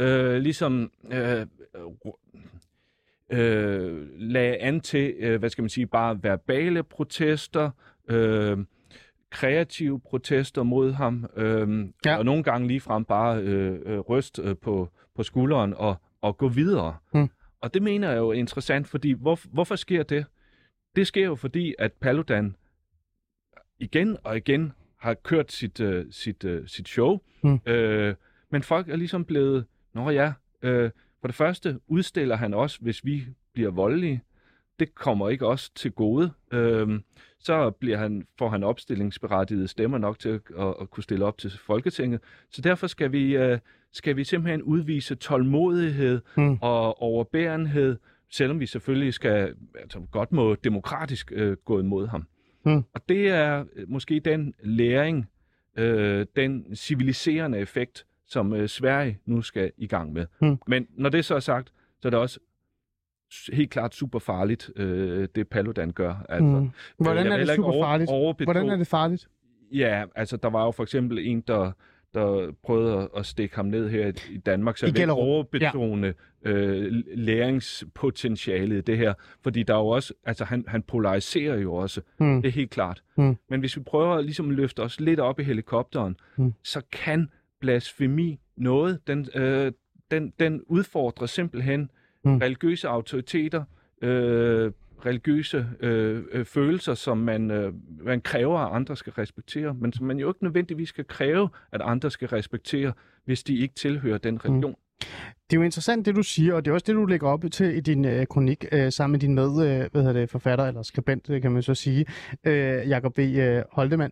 lagde an til, hvad skal man sige, bare verbale protester, kreative protester mod ham, og nogle gange ligefrem bare ryst på skulderen og gå videre. Og det mener jeg jo er interessant, fordi hvorfor sker det? Det sker jo fordi, at Paludan igen og igen har kørt sit show, men folk er ligesom blevet, for det første udstiller han også, hvis vi bliver voldelige. Det kommer ikke os til gode. Så får han opstillingsberettigede stemmer nok til at kunne stille op til Folketinget. Så derfor skal vi simpelthen udvise tålmodighed og overbærenhed, selvom vi selvfølgelig godt må demokratisk gå imod ham. Og det er måske den læring, den civiliserende effekt, som Sverige nu skal i gang med. Men når det så er sagt, så er det også helt klart super farligt, det Paludan gør. Altså, hvordan er det super farligt? Hvordan er det farligt? Ja, altså der var jo for eksempel en, der prøvede at stikke ham ned her i Danmark, så jeg vil overbetone læringspotentialet i det her, fordi der er jo også, altså han polariserer jo også, det er helt klart. Men hvis vi prøver ligesom at løfte os lidt op i helikopteren, så kan blasfemi noget, den udfordrer simpelthen religiøse autoriteter, religiøse følelser, som man kræver, at andre skal respektere, men som man jo ikke nødvendigvis skal kræve, at andre skal respektere, hvis de ikke tilhører den religion. Det er jo interessant, det du siger, og det er også det, du lægger op til i din kronik sammen med din forfatter eller skribent, kan man så sige, Jakob V. Holtermann.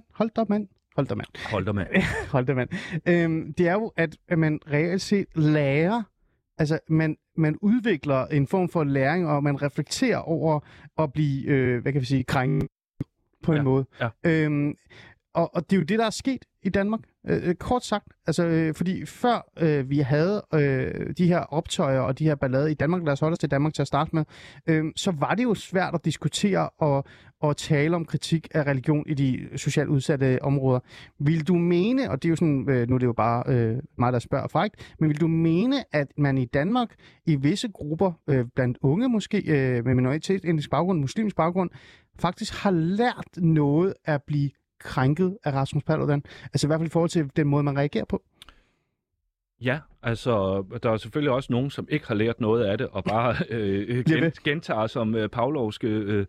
Det er jo, at man reelt set lærer, altså man udvikler en form for læring, og man reflekterer over at blive, krænket på en måde. Ja. Og det er jo det, der er sket i Danmark, kort sagt. Altså, fordi før vi havde de her optøjer og de her ballader i Danmark, lad os holde os til Danmark til at starte med, så var det jo svært at diskutere og tale om kritik af religion i de socialt udsatte områder. Vil du mene, og det er jo sådan, nu er det jo bare mig, der spørger frækt, men vil du mene, at man i Danmark i visse grupper, blandt unge måske, med minoritetsetnisk baggrund, muslimsk baggrund, faktisk har lært noget at blive krænket af Rasmus Paludan? Altså i hvert fald i forhold til den måde, man reagerer på. Ja, altså der er selvfølgelig også nogen, som ikke har lært noget af det, og bare gentager som pavlovske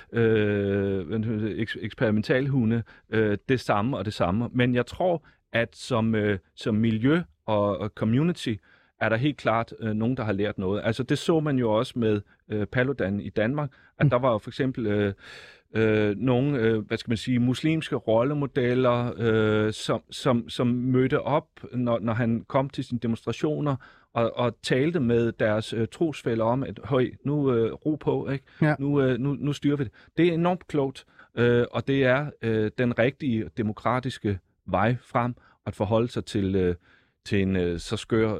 eksperimentalhunde det samme og det samme. Men jeg tror, at som miljø og community er der helt klart nogen, der har lært noget. Altså det så man jo også med Paludan i Danmark, at der var for eksempel nogle, muslimske rollemodeller, som mødte op, når han kom til sine demonstrationer, og talte med deres trosfæller om, at nu ro på, ikke? Ja. Nu styrer vi det. Det er enormt klogt, og det er den rigtige demokratiske vej frem, at forholde sig til en så skør,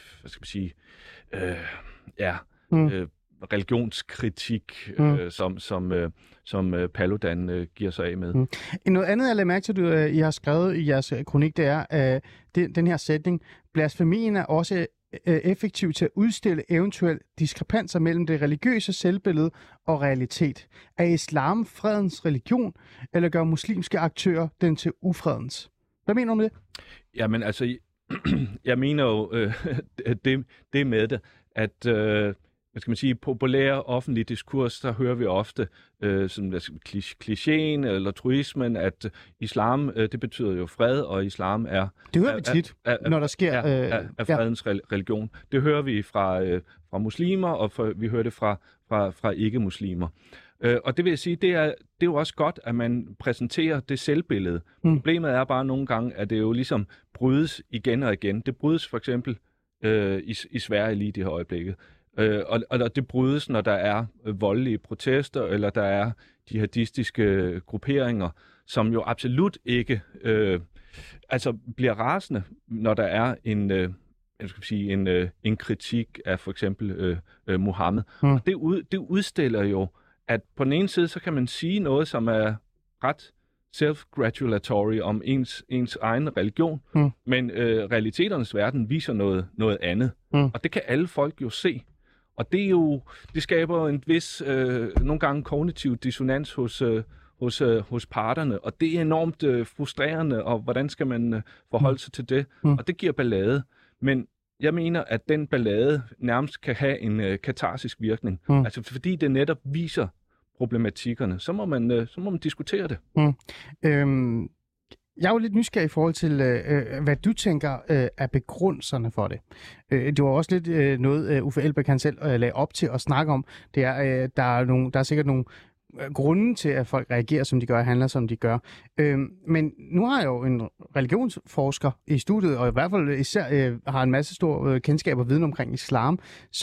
religionskritik, som Paludan giver sig af med. Noget andet, jeg lader mærke til, I har skrevet i jeres kronik, det er den her sætning. Blasfemien er også effektiv til at udstille eventuelle diskrepanser mellem det religiøse selvbillede og realitet. Er islam fredens religion, eller gør muslimske aktører den til ufredens? Hvad mener du med det? Jamen altså, jeg mener jo det med det, at populær offentlig diskurs, der hører vi ofte klichéen eller truismen, at islam, det betyder jo fred, og islam er... Det hører vi tit, når der sker... Er fredens religion. Det hører vi fra muslimer, og vi hører det fra ikke-muslimer. Og det vil jeg sige, det er jo også godt, at man præsenterer det selvbillede. Problemet er bare nogle gange, at det jo ligesom brydes igen og igen. Det brydes for eksempel i Sverige lige i det her øjeblikket. Og det brydes, når der er voldelige protester, eller der er jihadistiske grupperinger, som jo absolut ikke bliver rasende, når der er en kritik af for eksempel Mohammed. Og det udstiller jo, at på den ene side, så kan man sige noget, som er ret self-gratulatory om ens egen religion, men realiteternes verden viser noget andet. Og det kan alle folk jo se. Og det skaber en vis, nogle gange kognitiv dissonans hos parterne, og det er enormt frustrerende, og hvordan skal man forholde sig til det? Og det giver ballade. Men jeg mener, at den ballade nærmest kan have en katarsisk virkning. Altså fordi det netop viser problematikkerne, så må man diskutere det. Jeg er jo lidt nysgerrig i forhold til, hvad du tænker er begrundelserne for det. Det var også lidt noget, Uffe Elbæk han selv lagde op til at snakke om. Det er, der er sikkert nogle grunde til, at folk reagerer, som de gør, og handler, som de gør. Men nu har jeg jo en religionsforsker i studiet, og i hvert fald især har en masse stor kendskab og viden omkring islam.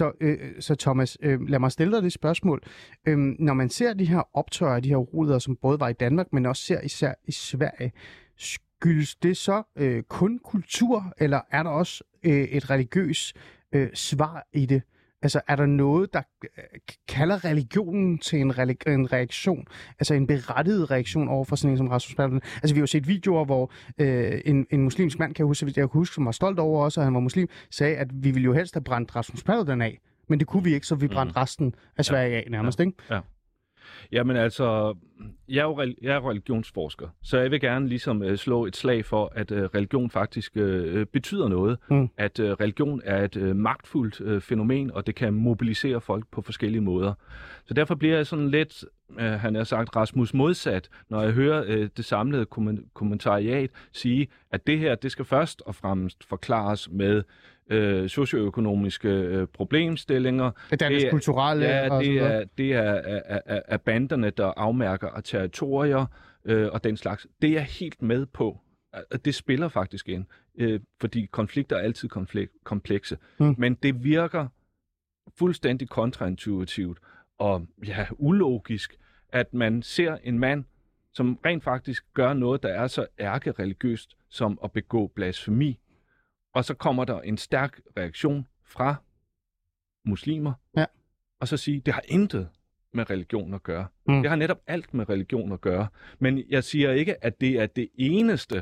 Så Thomas, lad mig stille dig det spørgsmål. Når man ser de her optøjer, de her uroligheder, som både var i Danmark, men også ser især i Sverige, skyldes det så kun kultur, eller er der også et religiøst svar i det? Altså, er der noget, der kalder religionen til en reaktion? Altså en berettiget reaktion over for sådan en som Rasmus Paludan? Altså, vi har jo set videoer, hvor en muslimsk mand, kan jeg huske, som var stolt over også, at han var muslim, sagde, at vi ville jo helst have brændt Rasmus Paludan af. Men det kunne vi ikke, så vi brændte resten af Sverige af nærmest, ikke? Ja. Jamen altså, jeg er religionsforsker, så jeg vil gerne ligesom slå et slag for, at religion faktisk betyder noget. At religion er et magtfuldt fænomen, og det kan mobilisere folk på forskellige måder. Så derfor bliver jeg sådan lidt, han har sagt, Rasmus modsat, når jeg hører det samlede kommentariat sige, at det her, det skal først og fremmest forklares med socioøkonomiske problemstillinger. Det er kulturelle og det er banderne, der afmærker territorier og den slags. Det er jeg helt med på. Det spiller faktisk ind, fordi konflikter er altid komplekse. Men det virker fuldstændig kontraintuitivt og ulogisk, at man ser en mand, som rent faktisk gør noget, der er så ærkereligiøst som at begå blasfemi. Og så kommer der en stærk reaktion fra muslimer, og så sige, det har intet med religion at gøre. Det har netop alt med religion at gøre. Men jeg siger ikke, at det er det eneste,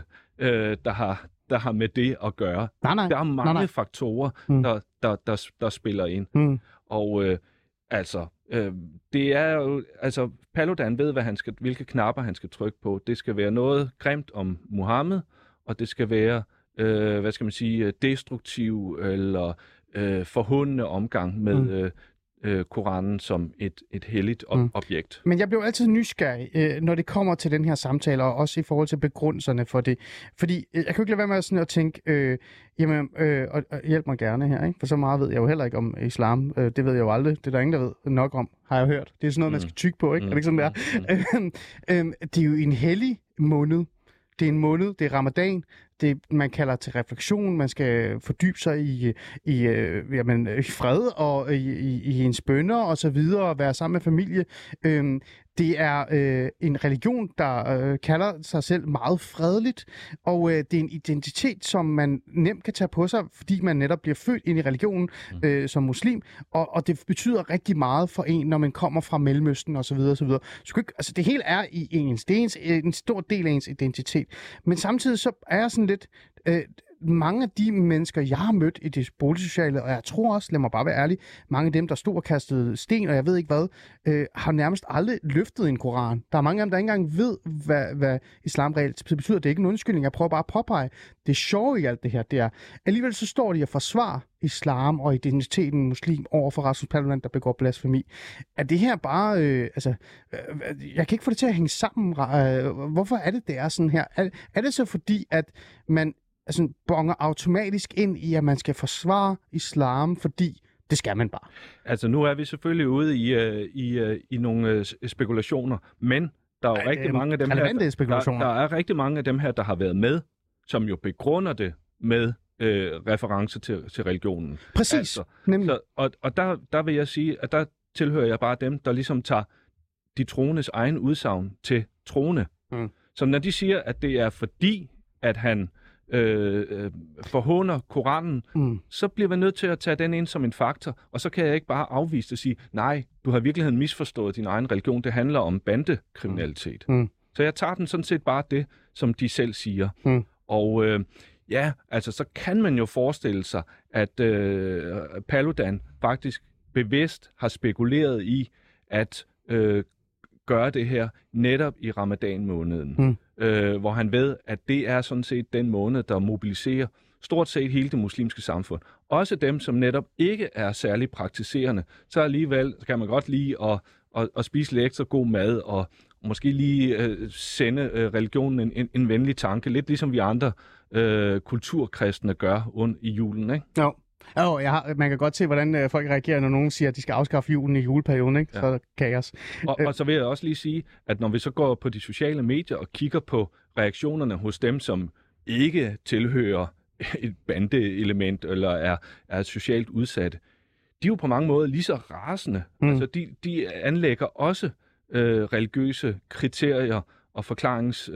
der har med det at gøre. Nej. Der er mange faktorer, der spiller ind. Og det er jo, Paludan ved, hvilke knapper han skal trykke på. Det skal være noget grimt om Muhammed, og det skal være, destruktiv eller forhåndende omgang med Koranen som et helligt objekt. Men jeg blev altid nysgerrig, når det kommer til den her samtale, og også i forhold til begrundelserne for det. Fordi jeg kan jo ikke lade være med sådan at tænke, og hjælp mig gerne her, ikke? For så meget ved jeg jo heller ikke om islam. Det ved jeg jo aldrig. Det er der ingen, der ved nok om, har jeg hørt. Det er sådan noget, man skal tygge på, ikke? Er det ikke sådan, det er? Det er jo en hellig måned. Det er en måned, det er ramadan, det man kalder til refleksion, man skal fordybe sig i fred og i ens bønner og så videre, og være sammen med familie. Det er en religion, der kalder sig selv meget fredeligt, og det er en identitet, som man nemt kan tage på sig, fordi man netop bliver født ind i religionen som muslim, og det betyder rigtig meget for en, når man kommer fra Mellemøsten og så videre, og så videre. Så det hele er i ens, det er en stor del af ens identitet. Men samtidig så er jeg sådan lidt... mange af de mennesker, jeg har mødt i det boligsociale, og jeg tror også, lad mig bare være ærlig, mange af dem, der stod og kastede sten, og jeg ved ikke hvad, har nærmest aldrig løftet en koran. Der er mange af dem, der ikke engang ved, hvad islam reelt betyder. Det er ikke en undskyldning, jeg prøver bare at påpege. Det sjove i alt det her, det er, alligevel så står de og forsvarer islam og identiteten muslim over for Rasmus Paludan, der begår blasfemi. Er det her bare... jeg kan ikke få det til at hænge sammen. Hvorfor er det er sådan her? Er det så fordi, at man bonger automatisk ind i, at man skal forsvare islam, fordi det skal man bare? Altså, nu er vi selvfølgelig ude i nogle spekulationer, men der er jo rigtig mange af dem her, der er rigtig mange af dem her, der har været med, som jo begrunder det med reference til religionen. Præcis. Altså, og der vil jeg sige, at der tilhører jeg bare dem, der ligesom tager de troendes egen udsagn til troende. Så når de siger, at det er fordi, at han forhåner Koranen, så bliver vi nødt til at tage den ind som en faktor, og så kan jeg ikke bare afvise det og sige, nej, du har i virkeligheden misforstået din egen religion, det handler om bandekriminalitet. Så jeg tager den sådan set bare det, som de selv siger. Og så kan man jo forestille sig, at Paludan faktisk bevidst har spekuleret i at gøre det her netop i ramadan-måneden, hvor han ved, at det er sådan set den måned, der mobiliserer stort set hele det muslimske samfund. Også dem, som netop ikke er særlig praktiserende, så alligevel kan man godt lide at spise lidt ekstra god mad, og måske lige sende religionen en venlig tanke, lidt ligesom vi andre kulturkristne gør i julen, ikke? Jo, man kan godt se, hvordan folk reagerer, når nogen siger, at de skal afskaffe julen i juleperioden, ikke? Ja. Så kaos. Og så vil jeg også lige sige, at når vi så går på de sociale medier og kigger på reaktionerne hos dem, som ikke tilhører et bandeelement eller er socialt udsatte, de er jo på mange måder lige så rasende. Altså, de anlægger også religiøse kriterier og forklarings,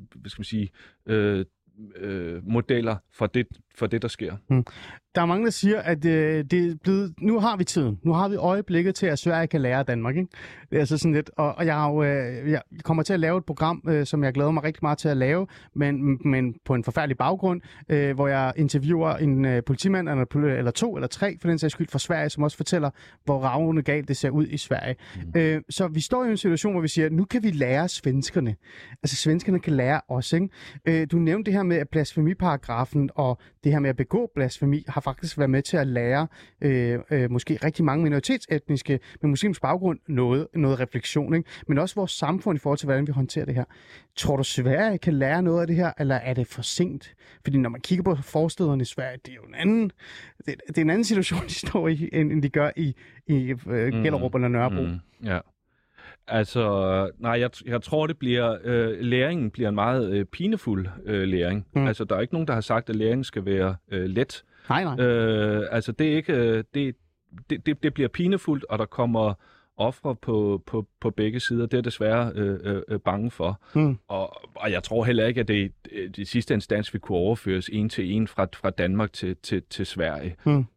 modeller for det, der sker. Der er mange, der siger, at det er blevet... Nu har vi tiden. Nu har vi øjeblikket til, at Sverige kan lære af Danmark, ikke? Det er altså sådan lidt... Og jeg kommer til at lave et program, som jeg glæder mig rigtig meget til at lave, men på en forfærdelig baggrund, hvor jeg interviewer en politimand, eller 2 eller 3, for den sags skyld, fra Sverige, som også fortæller, hvor ravende galt det ser ud i Sverige. Så vi står i en situation, hvor vi siger, nu kan vi lære svenskerne. Altså, svenskerne kan lære os, ikke? Du nævnte det her med blasfemiparagrafen og det her med at begå blasfemi, har faktisk været med til at lære måske rigtig mange minoritetsetniske med muslimsk baggrund noget refleksion, ikke? Men også vores samfund i forhold til, hvordan vi håndterer det her. Tror du, Sverige kan lære noget af det her, eller er det for sent? Fordi når man kigger på forstederne i Sverige, det er jo det er en anden situation, de står i, end de gør i Gellerup eller Nørrebro. Ja. Altså, nej, jeg tror, det bliver læringen bliver en meget pinefuld læring. Altså, der er ikke nogen, der har sagt, at læringen skal være let. Nej. Altså, det er ikke det bliver pinefuldt, og der kommer ofre på begge sider. Det er desværre bange for. Og jeg tror heller ikke, at det i sidste instans vil kunne overføres en til en fra Danmark til Sverige.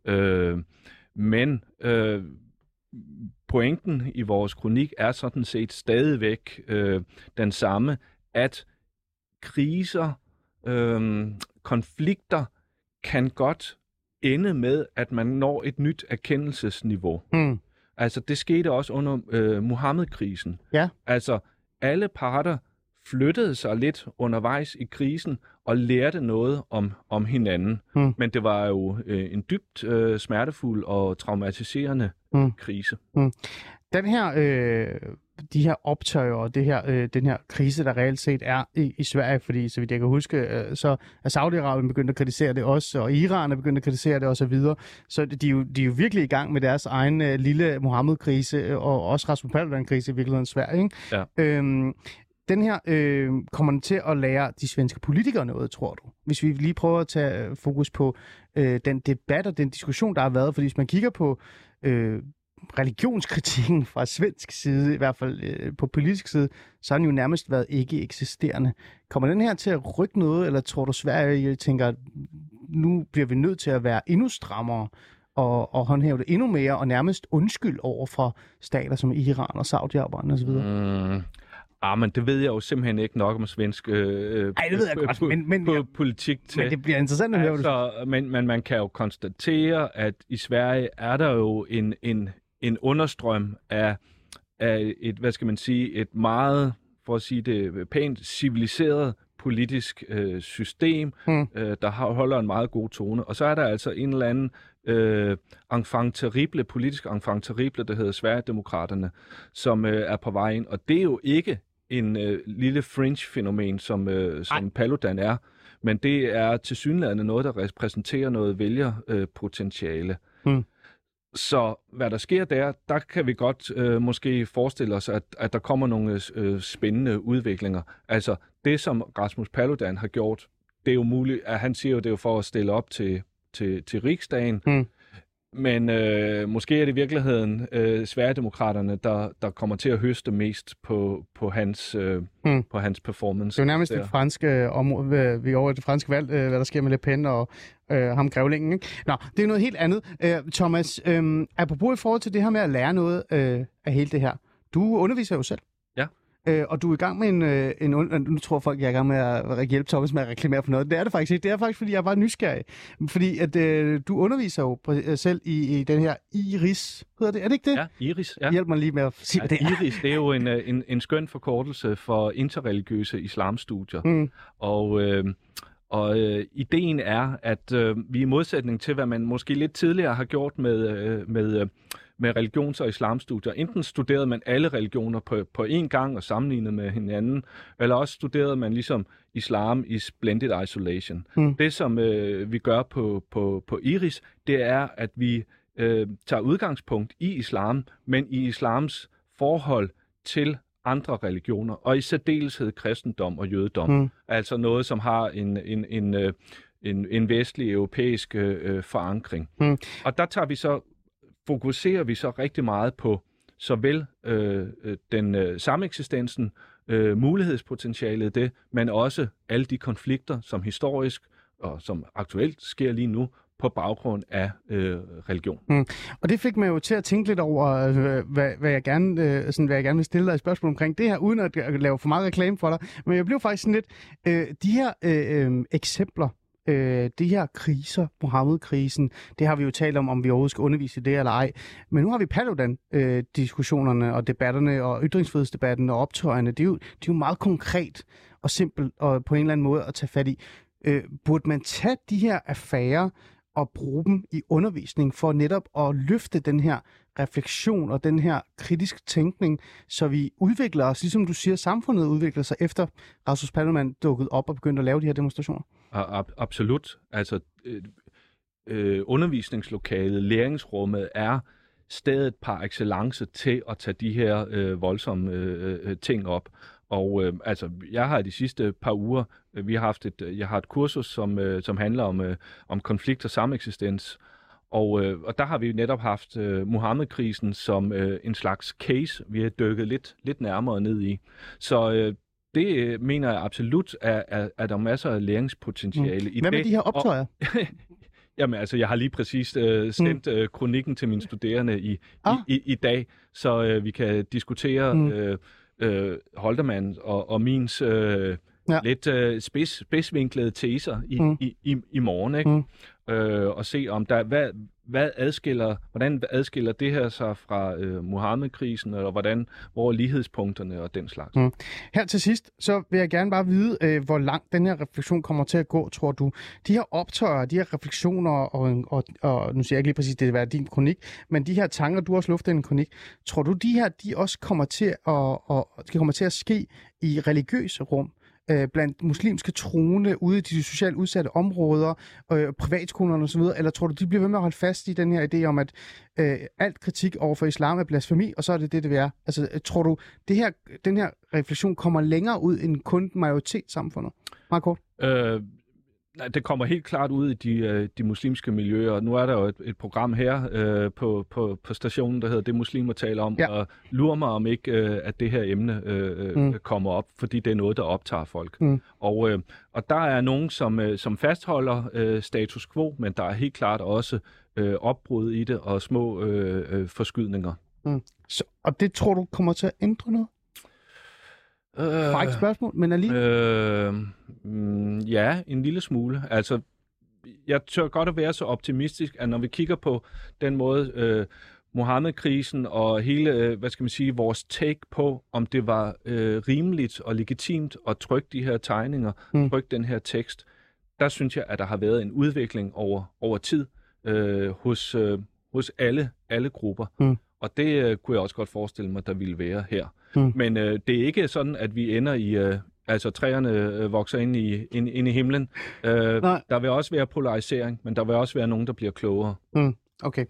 Men pointen i vores kronik er sådan set stadigvæk den samme, at kriser, konflikter kan godt ende med, at man når et nyt erkendelsesniveau. Altså, det skete også under Muhammed-krisen. Ja. Altså, alle parter flyttede sig lidt undervejs i krisen og lærte noget om hinanden. Men det var jo en dybt smertefuld og traumatiserende krise. Den her, de her optøjer og den her krise, der reelt set er i Sverige, fordi så vidt jeg kan huske, så er Saudi-Arabien begyndt at kritisere det også, og Iran er begyndt at kritisere det osv. Så de er jo virkelig i gang med deres egen lille Mohammed-krise, og også Rasmus Paludan-krise i virkeligheden Sverige, ikke? Ja. Den her kommer den til at lære de svenske politikere noget, tror du? Hvis vi lige prøver at tage fokus på den debat og den diskussion, der har været. Fordi hvis man kigger på religionskritikken fra svensk side, i hvert fald på politisk side, så har den jo nærmest været ikke eksisterende. Kommer den her til at rykke noget, eller tror du Sverige tænker, at nu bliver vi nødt til at være endnu strammere og håndhæve det endnu mere, og nærmest undskyld over for stater som Iran og Saudi-Arabien osv.? Men det ved jeg jo simpelthen ikke nok om svensk politik til. Men det bliver interessant at høre det. Men man kan jo konstatere, at i Sverige er der jo en understrøm af et, hvad skal man sige, et meget, for at sige det pænt, civiliseret politisk system, der holder en meget god tone. Og så er der altså en eller anden politisk enfant terrible, der hedder Sverigedemokraterne, som er på vej ind. Og det er jo ikke en lille fringe-fænomen, som Paludan er, men det er tilsyneladende noget, der repræsenterer noget vælgerpotentiale. Så hvad der sker der kan vi godt måske forestille os, at der kommer nogle spændende udviklinger. Altså det, som Rasmus Paludan har gjort, det er jo muligt, at han siger jo, det er jo for at stille op til Riksdagen. Men måske er det i virkeligheden Sverigedemokraterne, der kommer til at høste mest på hans performance. Det er jo nærmest det franske område, vi over det franske valg, hvad der sker med Le Pen og ham grævlingen, ikke? Nå, det er noget helt andet. Thomas, apropos i forhold til det her med at lære noget af hele det her. Du underviser jo selv. Og du er i gang med nu tror folk, jeg er i gang med at hjælpe Thomas med at reklamere for noget. Det er det faktisk ikke. Det er faktisk, fordi jeg er bare nysgerrig. Fordi at du underviser jo selv i den her IRIS, hedder det? Er det ikke det? Ja, IRIS. Ja. Hjælp mig lige med at sige, hvad det er. IRIS, det er jo en skøn forkortelse for interreligiøse islamstudier. Og ideen er, at vi i modsætning til, hvad man måske lidt tidligere har gjort med religions- og islamstudier. Enten studerede man alle religioner på én gang og sammenlignede med hinanden, eller også studerede man ligesom islam i splendid isolation. Det, som vi gør på IRIS, det er, at vi tager udgangspunkt i islam, men i islams forhold til andre religioner, og i særdeleshed kristendom og jødedom. Altså noget, som har en vestlig europæisk forankring. Og der fokuserer vi så rigtig meget på såvel den sameksistensen, mulighedspotentialet i det, men også alle de konflikter, som historisk og som aktuelt sker lige nu, på baggrund af religion. Og det fik mig jo til at tænke lidt over, hvad jeg gerne vil stille dig et spørgsmål omkring det her, uden at lave for meget reklame for dig. Men jeg blev faktisk sådan lidt, de her eksempler, de her kriser, Mohammed-krisen, det har vi jo talt om vi overhovedet skal undervise i det eller ej. Men nu har vi Paludan-diskussionerne og debatterne og ytringsfrihedsdebatten og optøjerne. Det er jo meget konkret og simpelt og på en eller anden måde at tage fat i. burde man tage de her affærer og bruge dem i undervisning for netop at løfte den her refleksion og den her kritisk tænkning, så vi udvikler os, ligesom du siger, samfundet udvikler sig efter Rasmus Paludan dukkede op og begyndte at lave de her demonstrationer? Absolut. Altså, undervisningslokalet, læringsrummet er stedet par excellence til at tage de her voldsomme ting op. Og altså, jeg har de sidste par uger, jeg har et kursus, som handler om konflikt og sameksistens. Og der har vi netop haft Muhammed-krisen som en slags case, vi har dykket lidt nærmere ned i. Så det mener jeg absolut, at der er masser af læringspotentiale i det. Hvad med de her optøjer? Jamen altså, jeg har lige præcis sendt kronikken til mine studerende i dag, så vi kan diskutere Holtermann og mins lidt spidsvinklede teser i morgen, ikke? Og se om der hvordan adskiller det her sig fra Muhammed-krisen, og hvor er lighedspunkterne og den slags. Her til sidst, så vil jeg gerne bare vide, hvor langt den her refleksion kommer til at gå, tror du. De her optøjer, de her refleksioner, og nu siger jeg ikke lige præcis, det vil være din kronik, men de her tanker, du også luftet i en kronik, tror du, de også kommer til at ske i religiøse rum? Blandt muslimske troende ude i de socialt udsatte områder, privatskolerne osv., eller tror du, de bliver ved med at holde fast i den her idé om, at alt kritik over for islam er blasfemi, og så er det det vil være? Altså, tror du, den her refleksion kommer længere ud end kun majoritetssamfundet? Meget kort. Det kommer helt klart ud i de muslimske miljøer. Nu er der jo et program her på stationen, der hedder Det Muslimer taler om, og lurer mig om ikke, at det her emne kommer op, fordi det er noget, der optager folk. Og der er nogen, som fastholder status quo, men der er helt klart også opbrud i det og små forskydninger. Og det tror du kommer til at ændre noget? Frækt spørgsmål, men alligevel? Ja, en lille smule. Altså, jeg tør godt at være så optimistisk, at når vi kigger på den måde, Muhammed-krisen og hele, vores take på, om det var rimeligt og legitimt at trykke de her tegninger, trykke den her tekst, der synes jeg, at der har været en udvikling over tid hos alle grupper. Og det kunne jeg også godt forestille mig, der ville være her. Men det er ikke sådan, at vi ender i... træerne vokser ind i himlen. Der vil også være polarisering, men der vil også være nogen, der bliver klogere. Okay.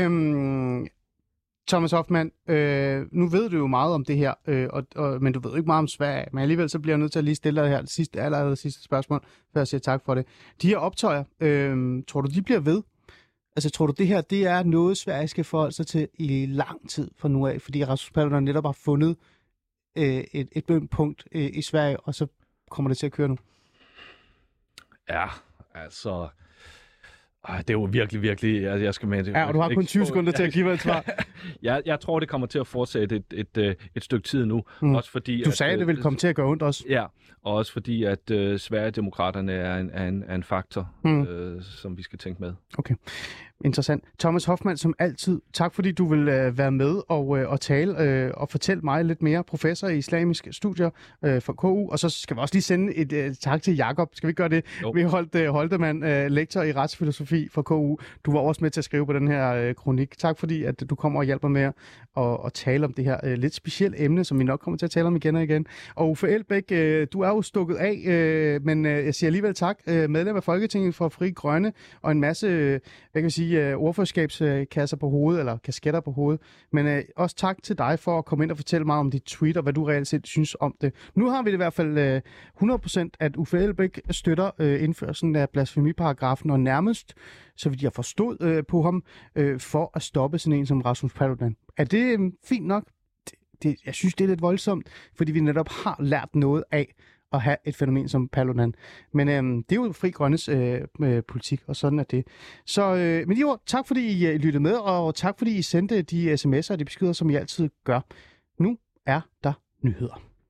Thomas Hoffmann, nu ved du jo meget om det her, men du ved jo ikke meget om Sverige. Men alligevel så bliver jeg nødt til at lige stille dig her det sidste spørgsmål, før jeg siger tak for det. De her optøjer, tror du, de bliver ved? Altså, tror du, det her det er noget, Sverige skal forholde sig til i lang tid fra nu af? Fordi Rasmus Paludan netop har fundet et punkt i Sverige, og så kommer det til at køre nu? Ja, altså... det er jo virkelig... Jeg skal med det. Ja, og du har kun 20 sekunder til at give mig et svar. Jeg tror, det kommer til at fortsætte et stykke tid nu. Også fordi, du sagde, at det ville komme til at gøre ondt også. Ja, og også fordi, at Sverigedemokraterne er en faktor, som vi skal tænke med. Okay. Interessant. Thomas Hoffmann, som altid, tak fordi du vil være med og tale og fortælle mig lidt mere. Professor i islamiske studier for KU, og så skal vi også lige sende et tak til Jakob. Skal vi gøre det? Jo. Vi holdt Holtermann, lektor i retsfilosofi for KU. Du var også med til at skrive på den her kronik. Tak fordi, at du kommer og hjælper med at tale om det her lidt specielle emne, som vi nok kommer til at tale om igen og igen. Og Uffe Elbæk, du er jo stukket af, men jeg siger alligevel tak. Medlem af Folketinget for Fri Grønne og en masse, ordførerskabskasser på hovedet, eller kasketter på hovedet. Men også tak til dig for at komme ind og fortælle mig om dit tweet, og hvad du reelt set synes om det. Nu har vi det i hvert fald 100%, at Uffe Elbæk støtter indførelsen af blasfemiparagrafen, og nærmest, så vidt jeg forstod på ham, for at stoppe sådan en som Rasmus Paludan. Er det fint nok? Jeg synes, det er lidt voldsomt, fordi vi netop har lært noget af at have et fænomen som Paludan. Men det er jo Fri Grønnes politik, og sådan er det. Så med de ord, tak fordi I lyttede med, og tak fordi I sendte de sms'er og de beskeder, som I altid gør. Nu er der nyheder.